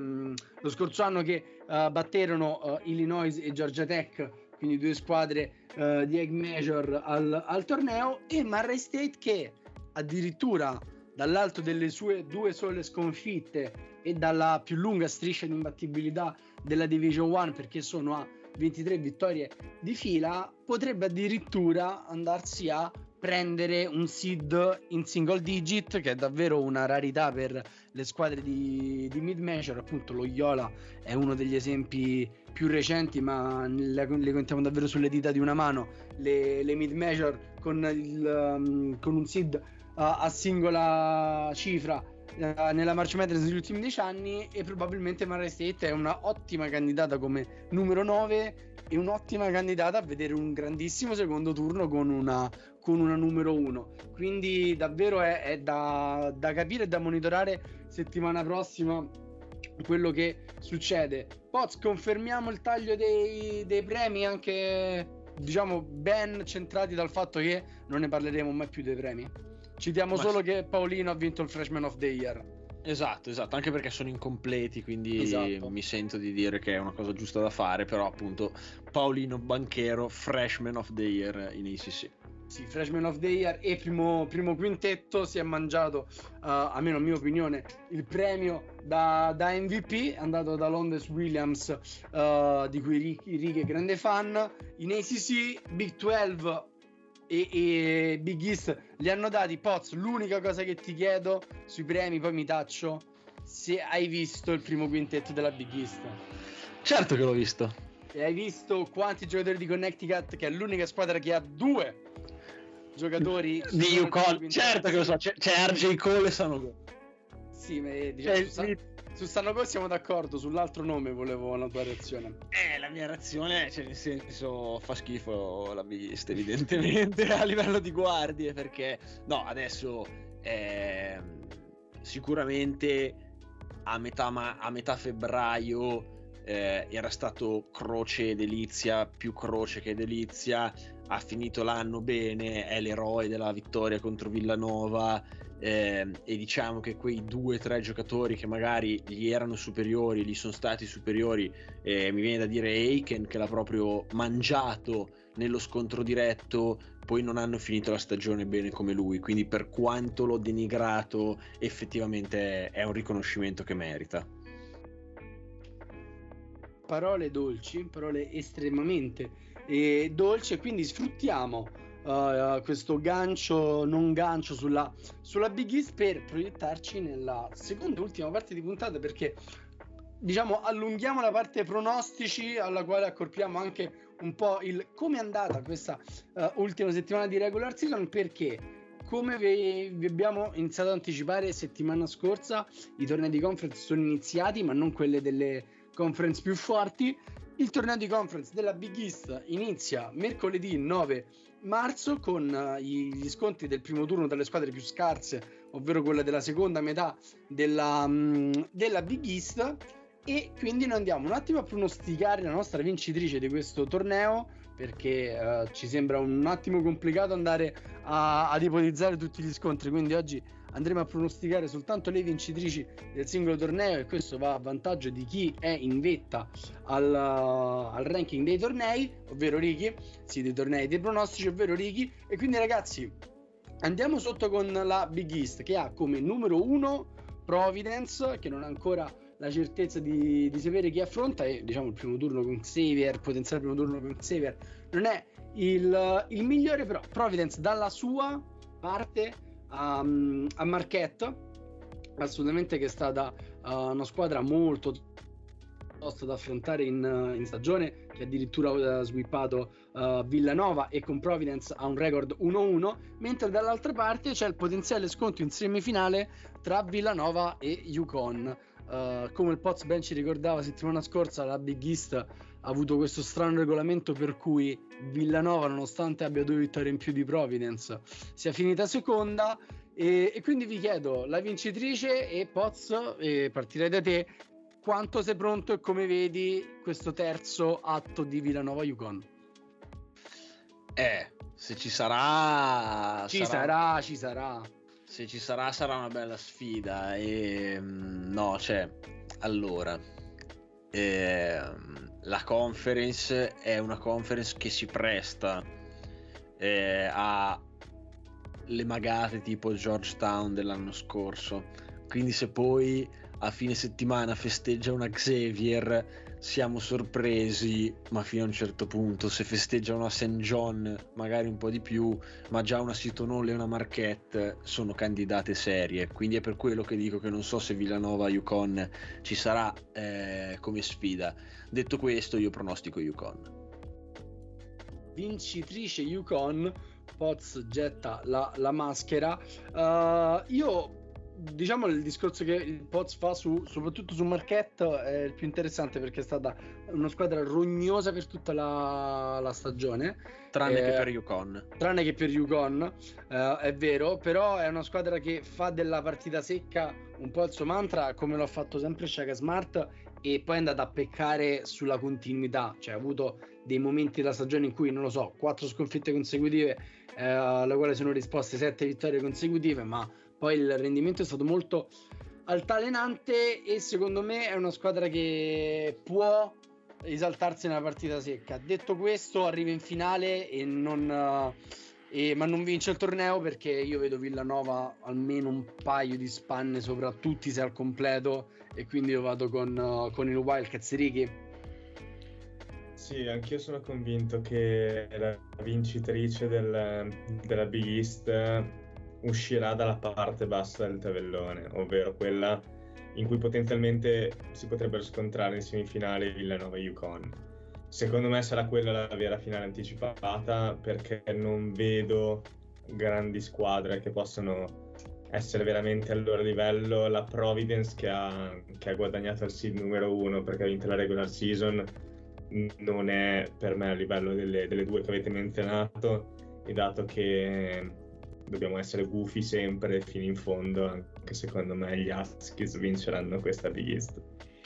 batterono Illinois e Georgia Tech, quindi due squadre di Egg Major al torneo, e Murray State, che addirittura dall'alto delle sue 2 sole sconfitte e dalla più lunga striscia di imbattibilità della Division 1, perché sono a 23 vittorie di fila, potrebbe addirittura andarsi a prendere un seed in single digit, che è davvero una rarità per le squadre di mid major. Appunto Loyola è uno degli esempi più recenti, ma le contiamo davvero sulle dita di una mano, le mid major con un seed a singola cifra nella March Madness negli ultimi 10 anni, e probabilmente Murray State è una ottima candidata come numero 9 e un'ottima candidata a vedere un grandissimo secondo turno con una numero 1. Quindi davvero è da capire e da monitorare settimana prossima quello che succede. Poz, confermiamo il taglio dei premi, anche ben centrati dal fatto che non ne parleremo mai più dei premi. Citiamo solo che Paolino ha vinto il Freshman of the Year. Esatto, anche perché sono incompleti, quindi mi sento di dire che è una cosa giusta da fare, però appunto Paolino Banchero, Freshman of the Year in ACC. Sì, Freshman of the Year e primo quintetto, si è mangiato, almeno a mia opinione, il premio da MVP, è andato da Londes Williams, di cui Ricky è grande fan. In ACC, Big 12 e Big East li hanno dati. Poz, l'unica cosa che ti chiedo sui premi, poi mi taccio, se hai visto il primo quintetto della Big East. Certo che l'ho visto. E hai visto quanti giocatori di Connecticut, che è l'unica squadra che ha 2 giocatori di UConn? Certo che lo so, c'è RJ Cole e Sanogo. Sì, ma su Sanogo siamo d'accordo, sull'altro nome volevo la tua reazione. La mia reazione, nel senso, fa schifo la Big East evidentemente a livello di guardie, perché no, adesso sicuramente a metà febbraio era stato croce e delizia, più croce che delizia. Ha finito l'anno bene, è l'eroe della vittoria contro Villanova, e diciamo che quei 2-3 giocatori che magari gli erano superiori, gli sono stati superiori, mi viene da dire Aiken, che l'ha proprio mangiato nello scontro diretto, poi non hanno finito la stagione bene come lui, quindi per quanto l'ho denigrato effettivamente è un riconoscimento che merita. Parole dolci, parole estremamente dolci, e quindi sfruttiamo questo non gancio sulla Big East per proiettarci nella seconda e ultima parte di puntata, perché diciamo allunghiamo la parte pronostici, alla quale accorpiamo anche un po' il come è andata questa ultima settimana di regular season, perché come vi abbiamo iniziato ad anticipare settimana scorsa, i tornei di conference sono iniziati, ma non quelle delle conference più forti. Il torneo di conference della Big East inizia mercoledì 9 marzo con gli scontri del primo turno delle squadre più scarse, ovvero quelle della seconda metà della Big East, e quindi noi andiamo un attimo a pronosticare la nostra vincitrice di questo torneo, perché ci sembra un attimo complicato andare ad ipotizzare tutti gli scontri, quindi oggi andremo a pronosticare soltanto le vincitrici del singolo torneo, e questo va a vantaggio di chi è in vetta al ranking dei tornei, ovvero Ricky, sì, dei tornei dei pronostici, ovvero Ricky. E quindi ragazzi andiamo sotto con la Big East, che ha come numero 1 Providence, che non ha ancora la certezza di sapere chi affronta, e diciamo il primo turno con Xavier, potenziale primo turno con Xavier non è il migliore, però Providence dalla sua parte a Marquette, assolutamente, che è stata una squadra molto tosta da affrontare in stagione, che addirittura ha swippato Villanova, e con Providence ha un record 1-1, mentre dall'altra parte c'è il potenziale scontro in semifinale tra Villanova e UConn. Come il Poz ben ci ricordava settimana scorsa, la Big East ha avuto questo strano regolamento per cui Villanova, nonostante abbia 2 vittorie in più di Providence, sia finita seconda, e quindi vi chiedo la vincitrice, e Poz, partirei da te, quanto sei pronto e come vedi questo terzo atto di Villanova UConn? Se ci sarà ci sarà. Se ci sarà una bella sfida. Allora, la conference è una conference che si presta a le magate tipo Georgetown dell'anno scorso, quindi se poi a fine settimana festeggia una Xavier siamo sorpresi, ma fino a un certo punto. Se festeggia una St. John magari un po' di più, ma già una Seton Hall e una Marquette sono candidate serie, quindi è per quello che dico che non so se Villanova UConn ci sarà come sfida. Detto questo, io pronostico UConn. Vincitrice UConn. Poz getta la maschera. Io, diciamo, il discorso che il Poz fa soprattutto su Marquette è il più interessante, perché è stata una squadra rognosa per tutta la stagione, tranne che per UConn, è vero, però è una squadra che fa della partita secca un po' il suo mantra, come lo ha fatto sempre Shaka Smart, e poi è andata a peccare sulla continuità, cioè ha avuto dei momenti della stagione in cui, non lo so, 4 sconfitte consecutive, alla quale sono risposte 7 vittorie consecutive, ma poi il rendimento è stato molto altalenante, e secondo me è una squadra che può esaltarsi nella partita secca. Detto questo, arriva in finale ma non vince il torneo, perché io vedo Villanova almeno un paio di spanne sopra tutti se al completo, e quindi io vado con il Wildcats. Ricky? Sì, anch'io sono convinto che la vincitrice della Big East uscirà dalla parte bassa del tabellone, ovvero quella in cui potenzialmente si potrebbero scontrare in semifinale Villanova e UConn. Secondo me sarà quella la vera finale anticipata, perché non vedo grandi squadre che possano essere veramente al loro livello. La Providence, che ha guadagnato il seed numero 1 perché ha vinto la regular season, non è per me a livello delle due che avete menzionato, e dato che dobbiamo essere gufi sempre fino in fondo, anche secondo me gli Huskies vinceranno questa Big East.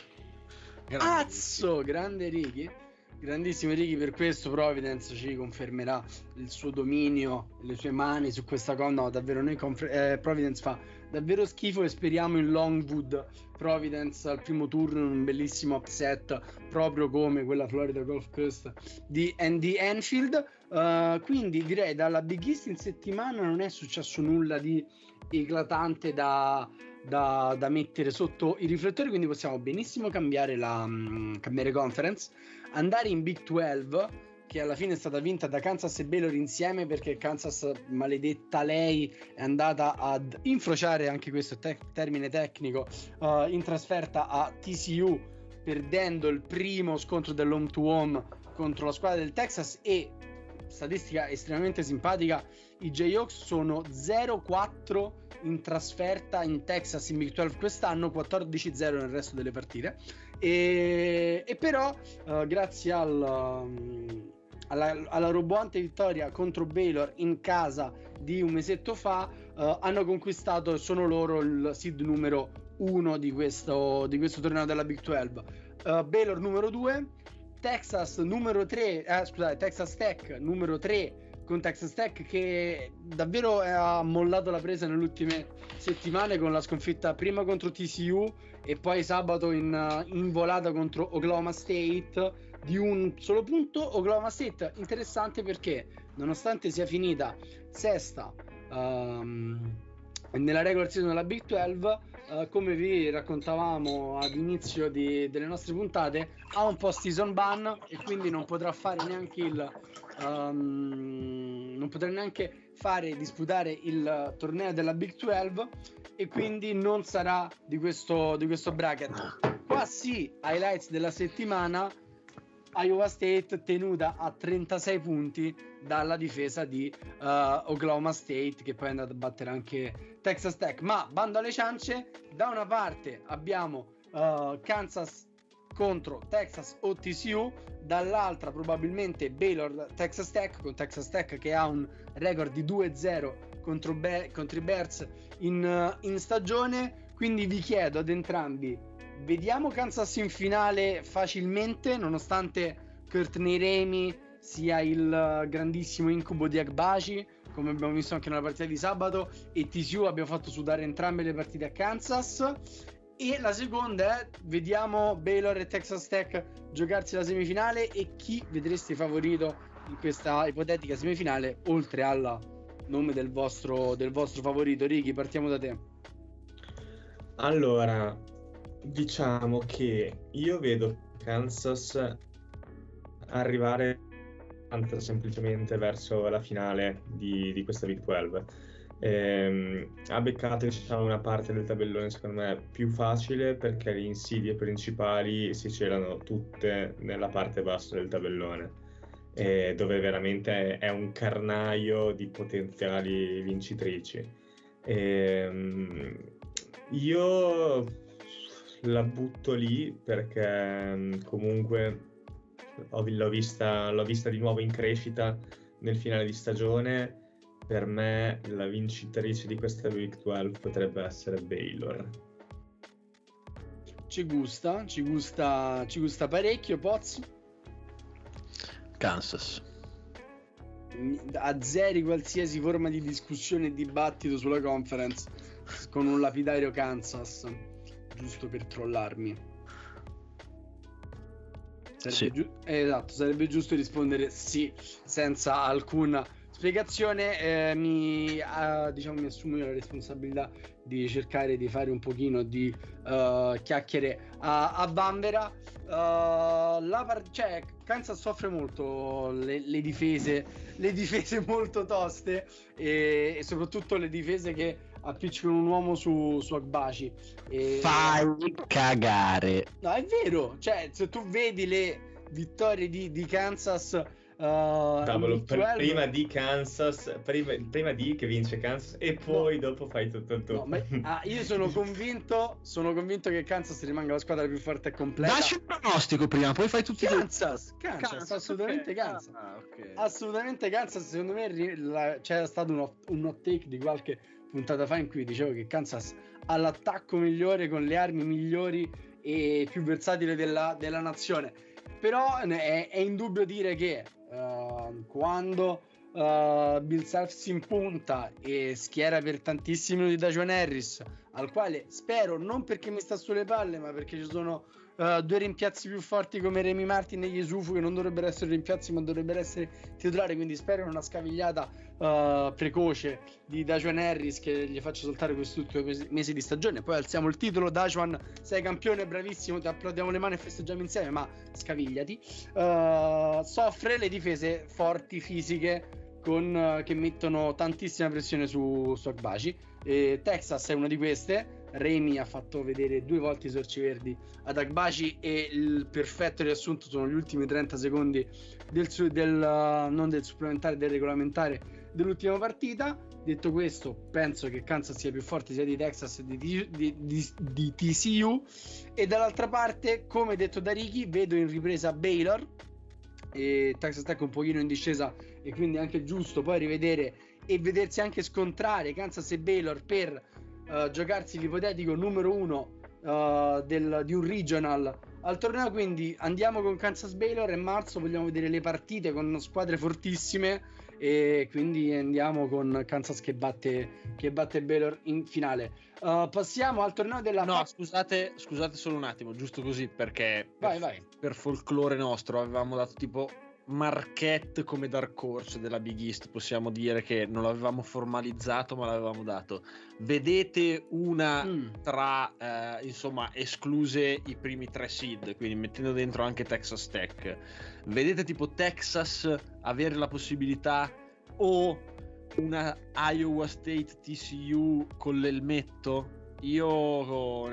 Grande Ricky, grandissimo Ricky. Per questo Providence ci confermerà il suo dominio, le sue mani su questa cosa. No, davvero, Providence fa davvero schifo, e speriamo in Longwood Providence al primo turno, in un bellissimo upset, proprio come quella Florida Gulf Coast di Andy Enfield. Quindi direi dalla Big East in settimana non è successo nulla di eclatante da mettere sotto i riflettori, quindi possiamo benissimo cambiare conference, andare in Big 12, che alla fine è stata vinta da Kansas e Baylor insieme, perché Kansas, maledetta lei, è andata ad infrociare, anche questo termine tecnico, in trasferta a TCU perdendo il primo scontro dell'home to home contro la squadra del Texas, e statistica estremamente simpatica, i Jayhawks sono 0-4 in trasferta in Texas in Big 12 quest'anno, 14-0 nel resto delle partite, e però grazie alla roboante vittoria contro Baylor in casa di un mesetto fa, hanno conquistato, sono loro il seed numero 1 di questo torneo della Big 12. Baylor numero 2, Texas numero 3, Texas Tech numero 3, con Texas Tech che davvero ha mollato la presa nelle ultime settimane con la sconfitta prima contro TCU e poi sabato in volata contro Oklahoma State di un solo punto. Oklahoma State interessante perché nonostante sia finita sesta nella regular season della Big 12, come vi raccontavamo all'inizio delle nostre puntate, ha un post-season ban e quindi non potrà fare neanche non potrà neanche disputare il torneo della Big 12 e quindi non sarà di questo bracket. Qua sì, highlights della settimana: Iowa State tenuta a 36 punti dalla difesa di Oklahoma State, che poi è andata a battere anche Texas Tech. Ma bando alle ciance, da una parte abbiamo Kansas contro Texas o TCU, dall'altra probabilmente Baylor Texas Tech, con Texas Tech che ha un record di 2-0 contro i Bears in stagione. Quindi vi chiedo ad entrambi: vediamo Kansas in finale facilmente, nonostante Courtney Ramey sia il grandissimo incubo di Agbaji, come abbiamo visto anche nella partita di sabato, e TCU abbiamo fatto sudare entrambe le partite a Kansas? E la seconda è: vediamo Baylor e Texas Tech giocarsi la semifinale, e chi vedreste favorito in questa ipotetica semifinale, oltre al nome del vostro favorito? Ricky, partiamo da te. Allora, diciamo che io vedo Kansas arrivare semplicemente verso la finale di questa Big 12. Ha beccato, diciamo, una parte del tabellone secondo me più facile, perché le insidie principali si celano tutte nella parte bassa del tabellone, dove veramente è un carnaio di potenziali vincitrici. Io la butto lì perché comunque l'ho vista di nuovo in crescita nel finale di stagione. Per me la vincitrice di questa Big 12 potrebbe essere Baylor. Ci gusta parecchio. Poz? Kansas. Azzeri qualsiasi forma di discussione e dibattito sulla conference con un lapidario Kansas, giusto per trollarmi. Esatto, sarebbe giusto rispondere sì, senza alcuna spiegazione. Mi assumo io la responsabilità di cercare di fare un pochino di chiacchiere a vanvera. Kansas soffre molto le difese molto toste, e soprattutto le difese che appiccicano un uomo su Agbaji. Fai cagare. No, è vero, cioè se tu vedi le vittorie di Kansas, Cavolo, prima di Kansas, prima di che vince Kansas, e poi dopo fai tutto il tuo. Io sono convinto che Kansas rimanga la squadra più forte e completa. Dacci un pronostico prima, poi fai tutti Kansas, assolutamente, okay. Kansas. Okay. Assolutamente Kansas. Secondo me c'era stato un hot take di qualche puntata fa in cui dicevo che Kansas ha l'attacco migliore, con le armi migliori e più versatile della nazione. Però è indubbio dire che quando Bill Self si impunta e schiera per tantissimi minuti da Dajuan Harris, al quale spero, non perché mi sta sulle palle, ma perché ci sono due rimpiazzi più forti come Remy Martin e Yesufu, che non dovrebbero essere rimpiazzi ma dovrebbero essere titolari, quindi spero in una scavigliata precoce di Dajuan Harris che gli faccia saltare questi ultimi mesi di stagione. Poi alziamo il titolo: Dajuan, sei campione, bravissimo, ti applaudiamo le mani e festeggiamo insieme, ma scavigliati. Soffre le difese forti, fisiche, che mettono tantissima pressione su Agbaji. Texas è una di queste. Remy ha fatto vedere 2 volte i sorci verdi ad Agbaci, e il perfetto riassunto sono gli ultimi 30 secondi non del supplementare, del regolamentare dell'ultima partita. Detto questo, penso che Kansas sia più forte sia di Texas che di TCU, e dall'altra parte, come detto da Ricky, vedo in ripresa Baylor e Texas Tech un pochino in discesa, e quindi anche giusto poi rivedere e vedersi anche scontrare Kansas e Baylor per giocarsi l'ipotetico numero 1 di un regional al torneo. Quindi andiamo con Kansas Baylor, e marzo vogliamo vedere le partite con squadre fortissime, e quindi andiamo con Kansas che batte Baylor in finale. Passiamo al torneo della scusate solo un attimo, giusto così, perché vai. Per folklore nostro avevamo dato tipo Marquette come dark horse della Big East, possiamo dire che non l'avevamo formalizzato ma l'avevamo dato. Vedete una tra insomma escluse i primi 3 seed, quindi mettendo dentro anche Texas Tech, vedete tipo Texas avere la possibilità, o una Iowa State TCU con l'elmetto? Io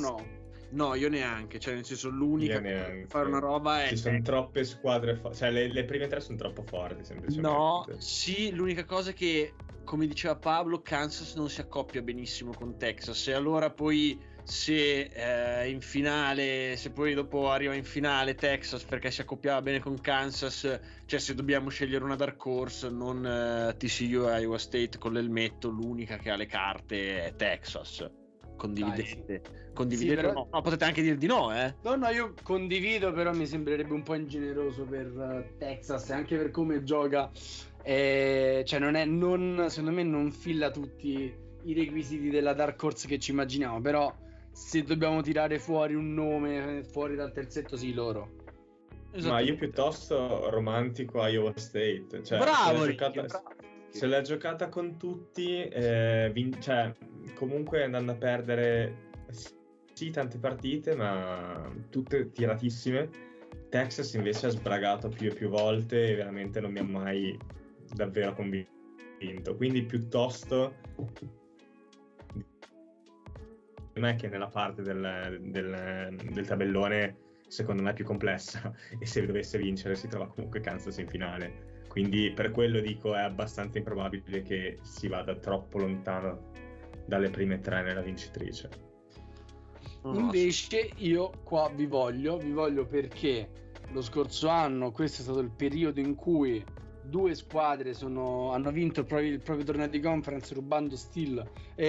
no, io neanche, cioè nel senso l'unica che fare una roba è... Ci sono troppe squadre, cioè le prime 3 sono troppo forti semplicemente. No, sì, l'unica cosa è che, come diceva Pablo, Kansas non si accoppia benissimo con Texas, e allora poi se in finale, se poi dopo arriva in finale Texas perché si accoppiava bene con Kansas, cioè se dobbiamo scegliere una dark horse, non TCU e Iowa State con l'elmetto, l'unica che ha le carte è Texas. Condividete? Sì, però... no, potete anche dire di no, No, io condivido, però mi sembrerebbe un po' ingeneroso per Texas, anche per come gioca, cioè secondo me non filla tutti i requisiti della dark horse che ci immaginiamo, però se dobbiamo tirare fuori un nome fuori dal terzetto, sì, loro. Ma io piuttosto romantico Iowa State, cioè bravo, se l'ha giocata con tutti, cioè comunque andando a perdere sì tante partite, ma tutte tiratissime. Texas invece ha sbragato più e più volte e veramente non mi ha mai davvero convinto, quindi piuttosto me che nella parte del tabellone secondo me è più complessa, e se dovesse vincere si trova comunque Kansas in finale. Quindi per quello dico è abbastanza improbabile che si vada troppo lontano dalle prime 3 nella vincitrice. Invece io qua vi voglio perché lo scorso anno questo è stato il periodo in cui 2 squadre hanno vinto il proprio torneo di conference rubando steel.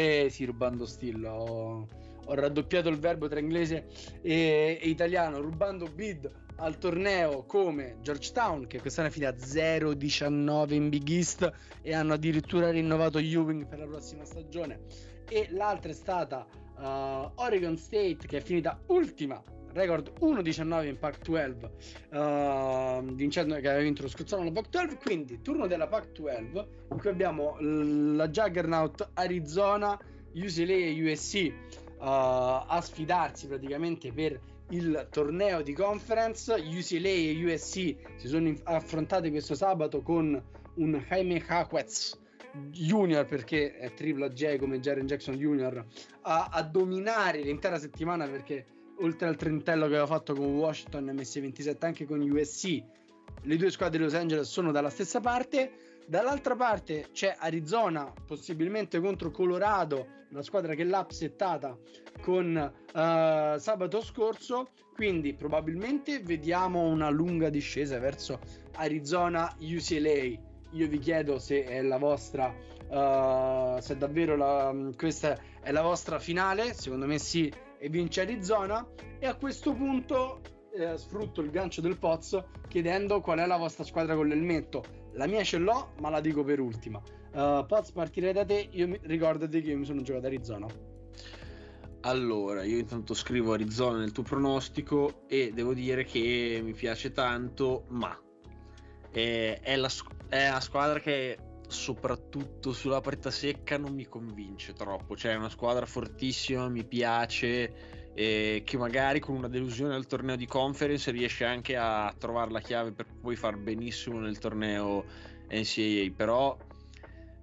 Ho raddoppiato il verbo tra inglese e italiano, rubando bid al torneo, come Georgetown, che quest'anno è finita 0-19 in Big East e hanno addirittura rinnovato Ewing per la prossima stagione, e l'altra è stata Oregon State, che è finita ultima, record 1-19 in Pac-12, vincendo, che aveva vinto lo scorso anno la Pac-12. Quindi turno della Pac-12 in cui abbiamo la Juggernaut Arizona, UCLA e USC a sfidarsi praticamente per il torneo di conference. UCLA e USC si sono affrontate questo sabato con un Jaime Jaquez Junior, perché è tripla J come Jaren Jackson Junior, a dominare l'intera settimana, perché oltre al trentello che aveva fatto con Washington ne ha messi 27 anche con USC. Le 2 squadre di Los Angeles sono dalla stessa parte. Dall'altra parte c'è Arizona, possibilmente contro Colorado, una squadra che l'ha upsettata con sabato scorso, quindi probabilmente vediamo una lunga discesa verso Arizona UCLA. Io vi chiedo se è la vostra se davvero questa è la vostra finale. Secondo me sì, e vince Arizona. E a questo punto sfrutto il gancio del Poz chiedendo qual è la vostra squadra con l'elmetto. La mia ce l'ho, ma la dico per ultima. Poz, partirei da te. Ricordati che io mi sono giocato Arizona. Allora, io intanto scrivo Arizona nel tuo pronostico e devo dire che mi piace tanto, ma è una squadra che soprattutto sulla partita secca non mi convince troppo. Cioè è una squadra fortissima, mi piace, che magari con una delusione al torneo di conference riesce anche a trovare la chiave per poi far benissimo nel torneo NCAA, però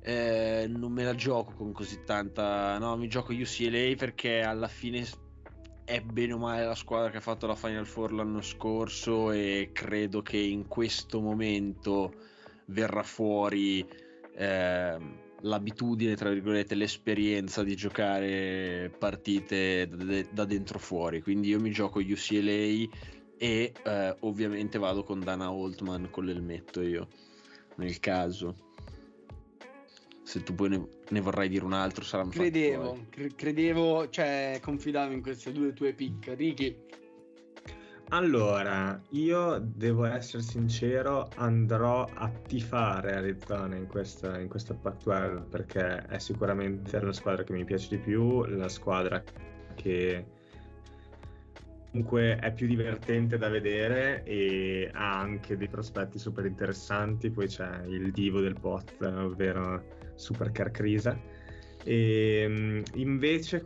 non me la gioco con così tanta. No, mi gioco UCLA perché alla fine è bene o male la squadra che ha fatto la Final Four l'anno scorso, e credo che in questo momento verrà fuori l'abitudine, tra virgolette, l'esperienza di giocare partite da dentro fuori. Quindi io mi gioco UCLA e ovviamente vado con Dana Altman con l'elmetto io, nel caso. Se tu poi ne vorrai dire un altro, sarà un credevo, cioè confidavo in queste due tue pick. Ricky? Allora, io devo essere sincero, andrò a tifare Arizona in questa Pac-12 perché è sicuramente la squadra che mi piace di più, la squadra che comunque è più divertente da vedere e ha anche dei prospetti super interessanti. Poi c'è il divo del pot, ovvero Super Carcrisa. E invece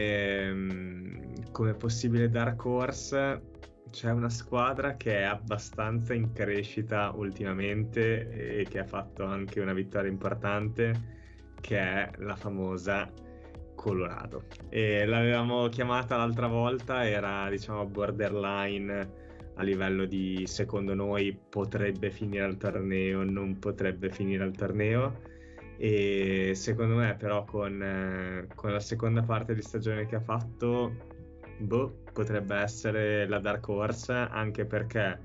come possibile dark horse c'è una squadra che è abbastanza in crescita ultimamente e che ha fatto anche una vittoria importante, che è la famosa Colorado. E l'avevamo chiamata l'altra volta, era diciamo borderline a livello di secondo noi potrebbe finire al torneo, non potrebbe finire al torneo, e secondo me però con la seconda parte di stagione che ha fatto potrebbe essere la dark horse, anche perché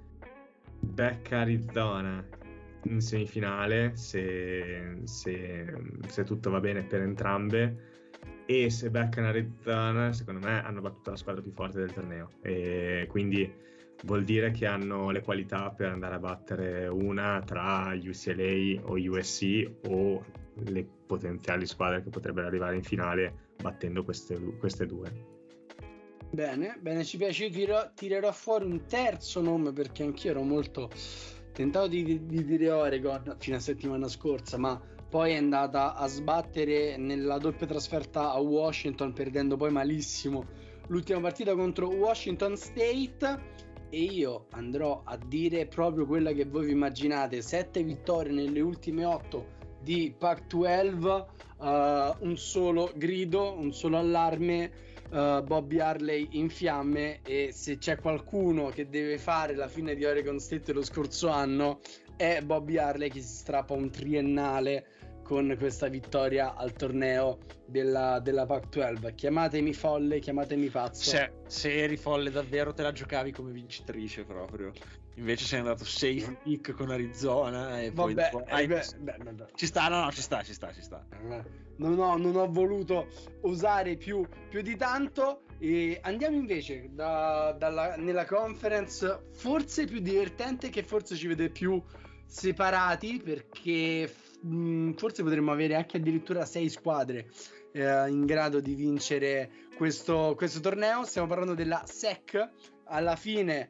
becca Arizona in semifinale se tutto va bene per entrambe, e se beccano Arizona secondo me hanno battuto la squadra più forte del torneo, e quindi vuol dire che hanno le qualità per andare a battere una tra UCLA o USC o le potenziali squadre che potrebbero arrivare in finale battendo queste due. Bene, ci piace. Io tirerò fuori un terzo nome perché anch'io ero molto tentato di dire Oregon fino a settimana scorsa, ma poi è andata a sbattere nella doppia trasferta a Washington, perdendo poi malissimo l'ultima partita contro Washington State. E io andrò a dire proprio quella che voi vi immaginate: 7 vittorie nelle ultime 8 di Pac-12, un solo grido, un solo allarme, Bobby Harley in fiamme. E se c'è qualcuno che deve fare la fine di Oregon State lo scorso anno è Bobby Harley, che si strappa un triennale con questa vittoria al torneo della Pac-12. Chiamatemi folle, chiamatemi pazzo. Se eri folle davvero te la giocavi come vincitrice proprio. Invece sei andato safe pick con Arizona e poi ci sta. Non ho voluto usare più di tanto. E andiamo invece nella conference forse più divertente, che forse ci vede più separati, perché forse potremmo avere anche addirittura 6 squadre in grado di vincere questo torneo. Stiamo parlando della SEC. Alla fine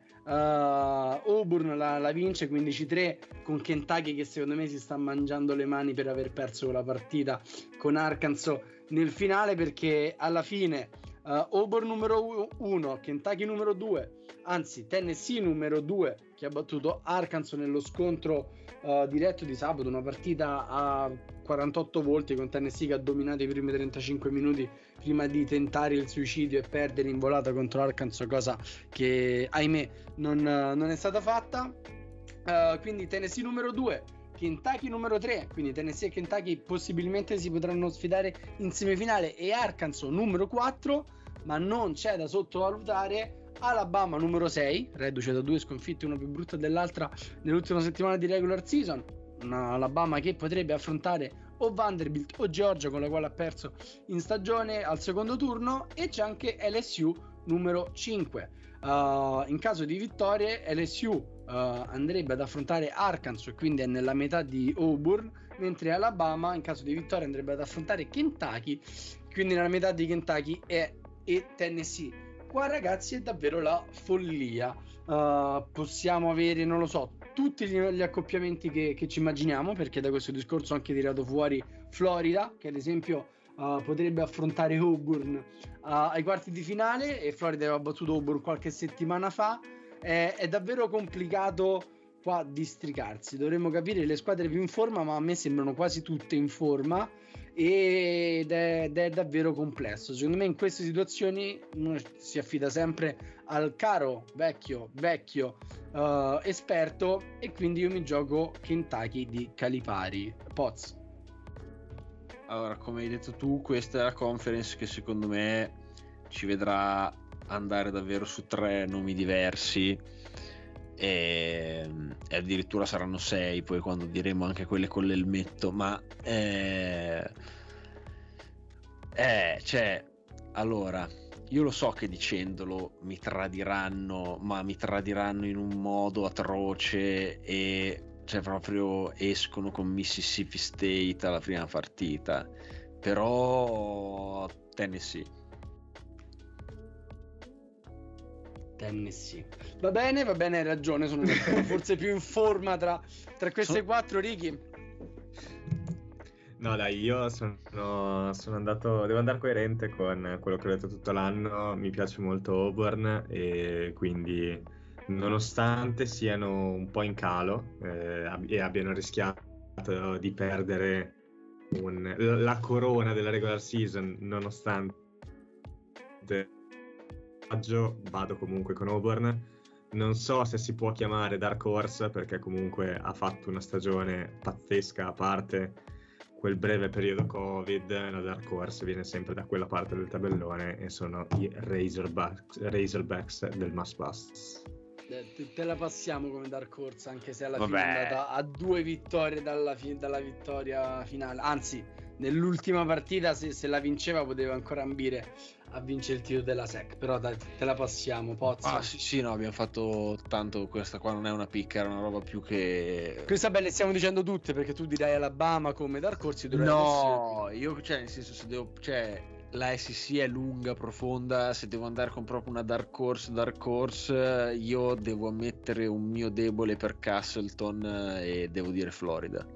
Auburn la vince 15-3 con Kentucky, che secondo me si sta mangiando le mani per aver perso la partita con Arkansas nel finale, perché alla fine Auburn numero 1, Kentucky numero 2, anzi Tennessee numero 2, che ha battuto Arkansas nello scontro diretto di sabato, una partita a 48 volti con Tennessee che ha dominato i primi 35 minuti prima di tentare il suicidio e perdere in volata contro Arkansas, cosa che ahimè non è stata fatta. Quindi Tennessee numero 2, Kentucky numero 3, quindi Tennessee e Kentucky possibilmente si potranno sfidare in semifinale, e Arkansas numero 4, ma non c'è da sottovalutare Alabama numero 6, reduce da 2 sconfitte, una più brutta dell'altra nell'ultima settimana di regular season. Una Alabama che potrebbe affrontare o Vanderbilt o Georgia, con la quale ha perso in stagione al secondo turno. E c'è anche LSU numero 5. In caso di vittorie LSU andrebbe ad affrontare Arkansas e quindi è nella metà di Auburn, mentre Alabama in caso di vittoria andrebbe ad affrontare Kentucky, quindi nella metà di Kentucky e Tennessee. Qua ragazzi è davvero la follia. Possiamo avere, non lo so, tutti gli accoppiamenti che ci immaginiamo, perché da questo discorso ho anche tirato fuori Florida, che ad esempio potrebbe affrontare Auburn ai quarti di finale, e Florida aveva battuto Auburn qualche settimana fa. È davvero complicato qua districarsi. Dovremmo capire le squadre più in forma, ma a me sembrano quasi tutte in forma ed è davvero complesso. Secondo me in queste situazioni uno si affida sempre al caro vecchio esperto, e quindi io mi gioco Kentucky di Calipari. Poz. Allora, come hai detto tu, questa è la conference che secondo me ci vedrà andare davvero su 3 nomi diversi, e addirittura saranno 6 poi quando diremo anche quelle con l'elmetto, ma cioè, allora, io lo so che dicendolo mi tradiranno, ma mi tradiranno in un modo atroce, e cioè proprio escono con Mississippi State alla prima partita, però Tennessee. Va bene, hai ragione, sono forse più in forma tra queste 4, Ricky. No dai, io sono andato, devo andare coerente con quello che ho detto tutto l'anno. Mi piace molto Auburn, e quindi nonostante siano un po' in calo e abbiano rischiato di perdere la corona della regular season, nonostante vado comunque con Auburn. Non so se si può chiamare Dark Horse, perché comunque ha fatto una stagione pazzesca, a parte quel breve periodo Covid. La Dark Horse viene sempre da quella parte del tabellone e sono i Razorbacks del Must Pass. Te la passiamo come Dark Horse, anche se alla fine è andata a 2 vittorie dalla vittoria finale. Anzi, nell'ultima partita se la vinceva poteva ancora ambire a vincere il titolo della SEC, però dai, te la passiamo. Pozzo. Sì, no, abbiamo fatto tanto. Questa qua non è una picca, era una roba più che... Questa belle stiamo dicendo tutte, perché tu direi Alabama come Dark Horse. No, io, cioè, nel senso, se devo, cioè, la SEC è lunga, profonda. Se devo andare con proprio una Dark Horse, io devo ammettere un mio debole per Castleton, e devo dire Florida.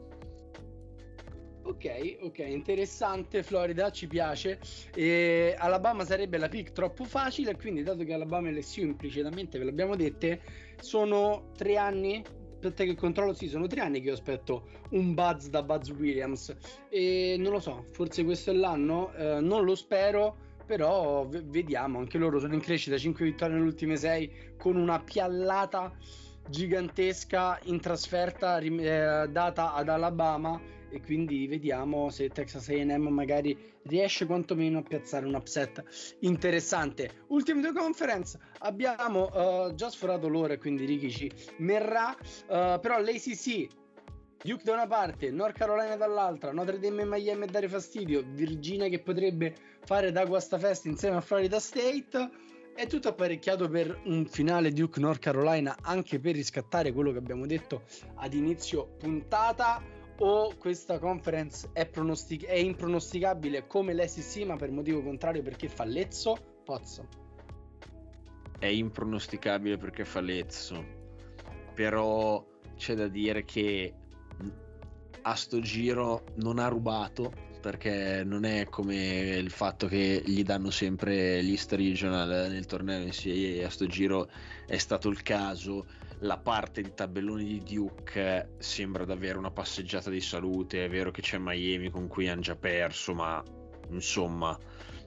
Ok, interessante. Florida ci piace. E Alabama sarebbe la pick troppo facile, quindi dato che Alabama e LSU implicitamente ve l'abbiamo dette, sono 3 anni. Aspetta che controllo, sì, sono 3 anni che io aspetto un buzz da Buzz Williams, e non lo so, forse questo è l'anno, non lo spero, però vediamo. Anche loro sono in crescita, 5 vittorie nelle ultime 6, con una piallata gigantesca in trasferta data ad Alabama, e quindi vediamo se Texas A&M magari riesce quantomeno a piazzare un upset interessante. Ultime 2 conference, abbiamo già sforato l'ora, quindi Ricky ci merrà, però l'ACC, Duke da una parte, North Carolina dall'altra, Notre Dame e Miami a dare fastidio, Virginia che potrebbe fare da guastafest insieme a Florida State. È tutto apparecchiato per un finale Duke North Carolina, anche per riscattare quello che abbiamo detto ad inizio puntata, o questa conference è impronosticabile come l'SEC, ma per motivo contrario perché fa lezzo? Pozzo. È impronosticabile perché fa lezzo, però c'è da dire che a sto giro non ha rubato, perché non è come il fatto che gli danno sempre l'East Regional nel torneo NCAA. A sto giro è stato il caso. La parte di tabellone di Duke sembra davvero una passeggiata di salute. È vero che c'è Miami con cui hanno già perso, ma insomma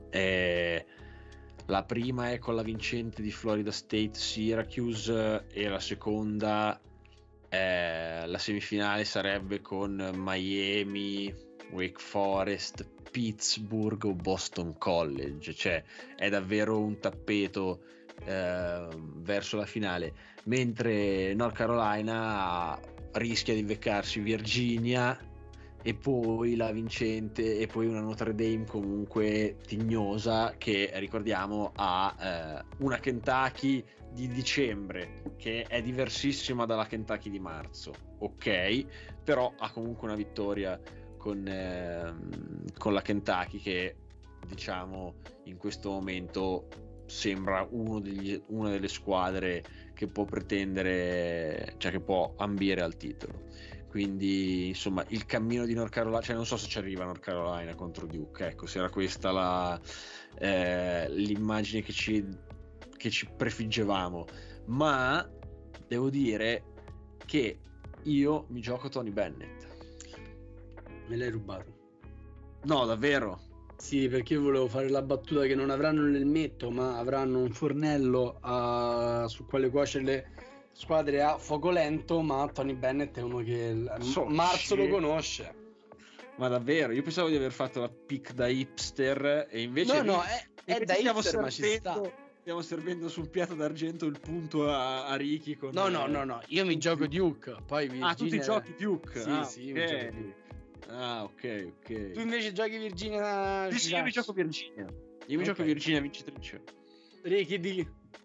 la prima è con la vincente di Florida State Syracuse, e la seconda la semifinale sarebbe con Miami, Wake Forest, Pittsburgh o Boston College. Cioè è davvero un tappeto verso la finale, mentre North Carolina rischia di beccarsi Virginia e poi la vincente, e poi una Notre Dame comunque tignosa, che ricordiamo ha una Kentucky di dicembre che è diversissima dalla Kentucky di marzo, ok, però ha comunque una vittoria con la Kentucky, che diciamo in questo momento sembra una delle squadre che può pretendere, cioè che può ambire al titolo. Quindi insomma il cammino di North Carolina, cioè non so se ci arriva North Carolina contro Duke, ecco, se era questa l'immagine che ci prefiggevamo, ma devo dire che io mi gioco Tony Bennett. Me l'hai rubato. No, davvero? Sì, perché io volevo fare la battuta che non avranno l'elmetto, ma avranno un fornello su quale cuocere le squadre a fuoco lento, ma Tony Bennett è uno che Marzo lo conosce. Ma davvero? Io pensavo di aver fatto la pick da hipster e invece no, è da hipster, ma ci sta. Stiamo servendo sul piatto d'argento il punto a Ricky con... No, io mi gioco Duke, poi Virginia... tu ti giochi Duke? Sì, mi gioco Duke. Ok. Tu invece giochi Virginia? Sì, io mi gioco Virginia. Io mi gioco Virginia vincitrice. Ricky, di...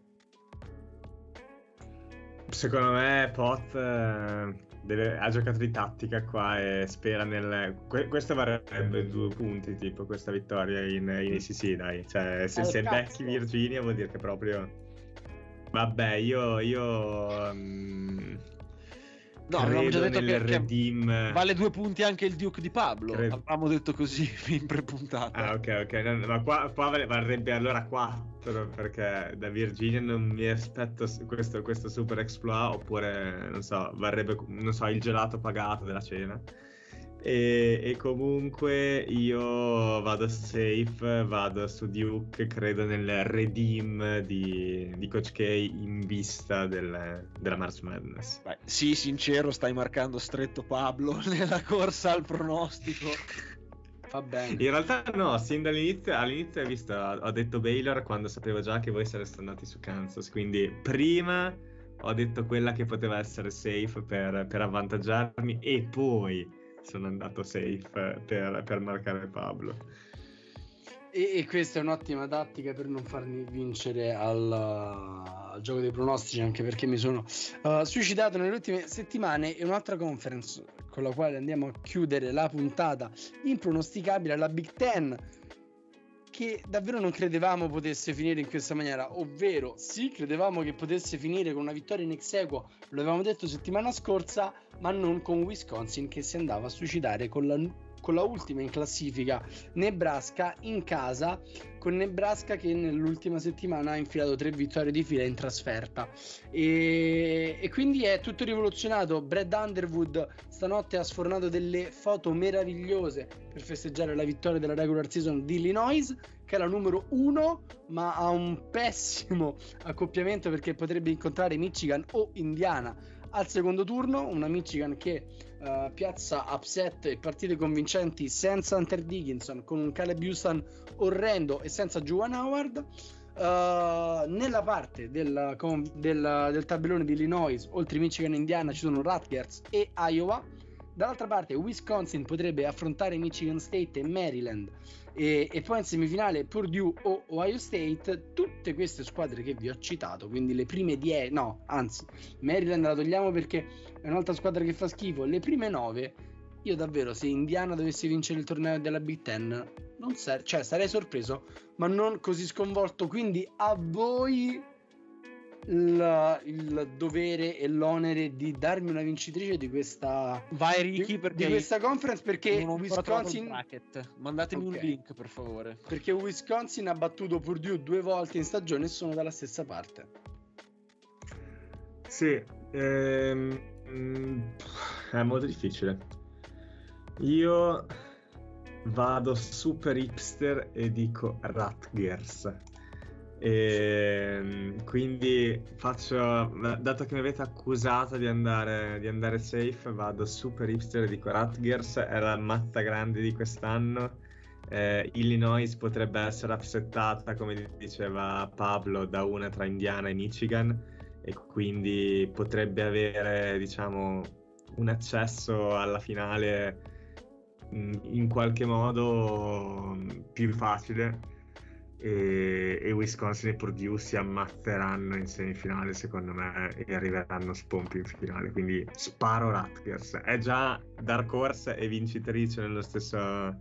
Secondo me Pot ha giocato di tattica qua e spera questo varrebbe 2 punti, tipo questa vittoria in ACC, dai. Cioè, se becchi Virginia vuol dire che proprio... Vabbè, io no, avevamo già detto che Redeem vale 2 punti anche il Duke di Pablo. Avevamo detto così in pre-puntata. Ok. No, ma qua varrebbe allora 4, perché da Virginia non mi aspetto questo super exploit, oppure non so, varrebbe, non so, il gelato pagato della cena. E comunque io vado safe, vado su Duke, credo nel redeem di Coach K in vista della March Madness. Beh, sì, sincero, stai marcando stretto Pablo nella corsa al pronostico. Va bene. In realtà no, sin dall'inizio, all'inizio hai visto, ho detto Baylor quando sapevo già che voi sareste andati su Kansas, quindi prima ho detto quella che poteva essere safe per avvantaggiarmi, e poi sono andato safe per marcare Pablo. E questa è un'ottima tattica per non farmi vincere al gioco dei pronostici, anche perché mi sono suicidato nelle ultime settimane. E un'altra conference con la quale andiamo a chiudere la puntata impronosticabile è la Big Ten, che davvero non credevamo potesse finire in questa maniera, ovvero sì, credevamo che potesse finire con una vittoria in ex aequo, lo avevamo detto settimana scorsa, ma non con Wisconsin che si andava a suicidare con la ultima in classifica, Nebraska, in casa, con Nebraska che nell'ultima settimana ha infilato 3 vittorie di fila in trasferta, e quindi è tutto rivoluzionato. Brad Underwood stanotte ha sfornato delle foto meravigliose per festeggiare la vittoria della regular season di Illinois, che è la numero 1, ma ha un pessimo accoppiamento perché potrebbe incontrare Michigan o Indiana al secondo turno, una Michigan che piazza upset e partite convincenti senza Hunter Dickinson, con un Caleb Houston orrendo e senza Juwan Howard. Nella parte del tabellone di Illinois, oltre Michigan e Indiana, ci sono Rutgers e Iowa. Dall'altra parte Wisconsin potrebbe affrontare Michigan State e Maryland, e poi in semifinale Purdue o Ohio State. Tutte queste squadre che vi ho citato, quindi le prime 10, no, anzi Maryland la togliamo perché è un'altra squadra che fa schifo, le prime 9. Io davvero, se Indiana dovesse vincere il torneo della Big Ten, sarei sorpreso, ma non così sconvolto. Quindi a voi il dovere e l'onere di darmi una vincitrice di questa Ricky, di questa conference, perché non ho Wisconsin, mandatemi un link per favore, perché Wisconsin ha battuto Purdue 2 volte in stagione e sono dalla stessa parte. Sì, è molto difficile. Io vado super hipster e dico Rutgers. E quindi dato che mi avete accusato di andare safe, vado super hipster e dico Rutgers. È la matta grande di quest'anno. Illinois potrebbe essere upsettata, come diceva Pablo, da una tra Indiana e Michigan, e quindi potrebbe avere, diciamo, un accesso alla finale in qualche modo più facile. E Wisconsin e Purdue si ammazzeranno in semifinale, secondo me, e arriveranno spompi in finale. Quindi sparo Rutgers. È già Dark Horse e vincitrice nello stesso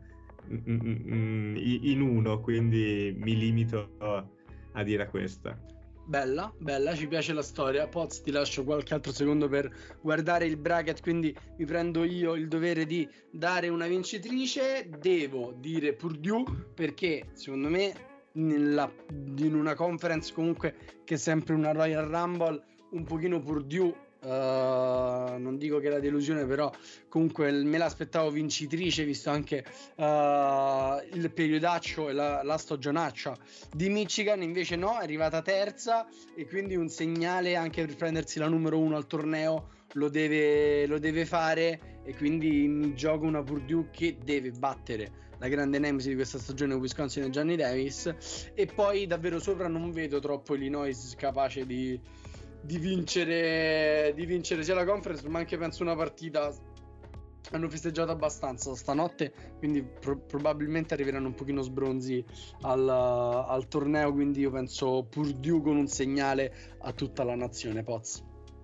in uno, quindi mi limito a dire questa. Bella, ci piace la storia. Poz, ti lascio qualche altro secondo per guardare il bracket, quindi mi prendo io il dovere di dare una vincitrice. Devo dire Purdue perché secondo me in una conference comunque che è sempre una Royal Rumble, un pochino Purdue non dico che è la delusione, però comunque me l'aspettavo vincitrice, visto anche il periodaccio e la stagionaccia di Michigan. Invece no, è arrivata terza, e quindi un segnale anche per prendersi la numero 1 al torneo lo deve fare, e quindi mi gioco una Purdue che deve battere la grande nemesi di questa stagione, Wisconsin e Johnny Davis. E poi davvero sopra non vedo troppo Illinois capace di vincere sia la conference, ma anche penso una partita. Hanno festeggiato abbastanza stanotte, quindi probabilmente arriveranno un pochino sbronzi al torneo, quindi io penso Purdue con un segnale a tutta la nazione. Poz,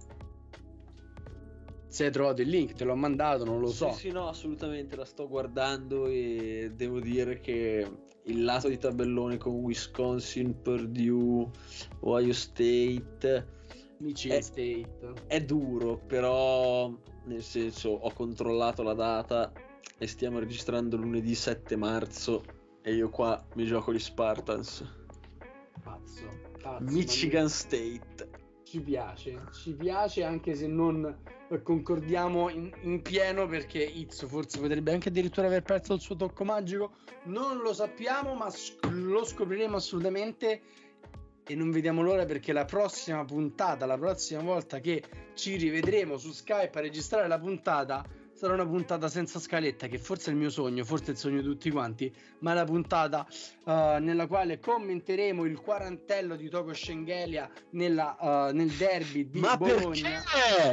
se hai trovato il link, te l'ho mandato, non lo so. Sì, no, assolutamente, la sto guardando e devo dire che il lato di tabellone con Wisconsin, Purdue, Ohio State, Michigan State è duro, però nel senso, ho controllato la data e stiamo registrando lunedì 7 marzo e io qua mi gioco gli Spartans. Pazzo, Michigan State. Ci piace anche se non concordiamo in pieno, perché Izzo forse potrebbe anche addirittura aver perso il suo tocco magico, non lo sappiamo, ma lo scopriremo assolutamente. E non vediamo l'ora, perché la prossima volta che ci rivedremo su Skype a registrare la puntata sarà una puntata senza scaletta, che forse è il mio sogno, forse è il sogno di tutti quanti, ma è la puntata nella quale commenteremo il quarantello di Toko Schengelia nel derby di Bologna.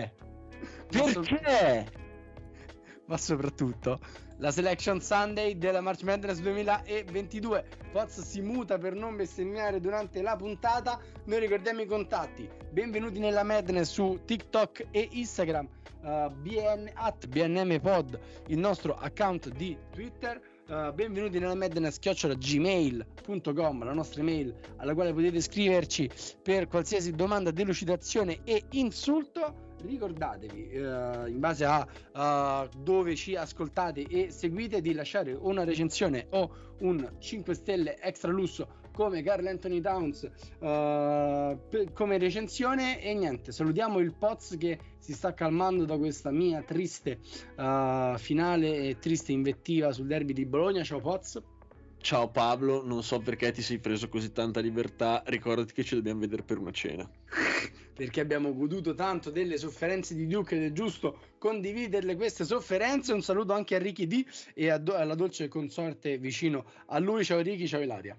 Perché? Ma soprattutto la Selection Sunday della March Madness 2022. Poz si muta per non bestemmiare durante la puntata. Noi ricordiamo i contatti: benvenuti nella Madness su TikTok e Instagram, @BNMPod il nostro account di Twitter, benvenuti nella Madness @gmail.com, la nostra email alla quale potete scriverci per qualsiasi domanda, delucidazione e insulto. Ricordatevi, in base a dove ci ascoltate e seguite, di lasciare una recensione o un 5 stelle extra lusso come Karl Anthony Towns come recensione. E niente, salutiamo il Poz che si sta calmando da questa mia triste finale e triste invettiva sul derby di Bologna. Ciao Poz. Ciao Pablo, non so perché ti sei preso così tanta libertà, ricordati che ci dobbiamo vedere per una cena. Perché abbiamo goduto tanto delle sofferenze di Duke ed è giusto condividerle queste sofferenze. Un saluto anche a Ricky D e alla dolce consorte vicino a lui. Ciao Ricky, ciao Ilaria.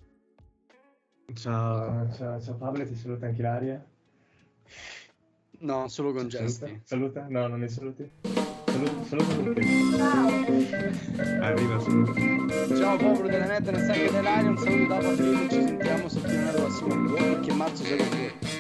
Ciao Pablo, ti saluta anche Ilaria? No, solo con gesti. Saluta? No, non mi saluti. Saluta con te. Arriva saluta. Ciao popolo della Madness, anche dell'aria. Un saluto da Pablito, ci sentiamo settimana prossima, perché marzo sarà fuori.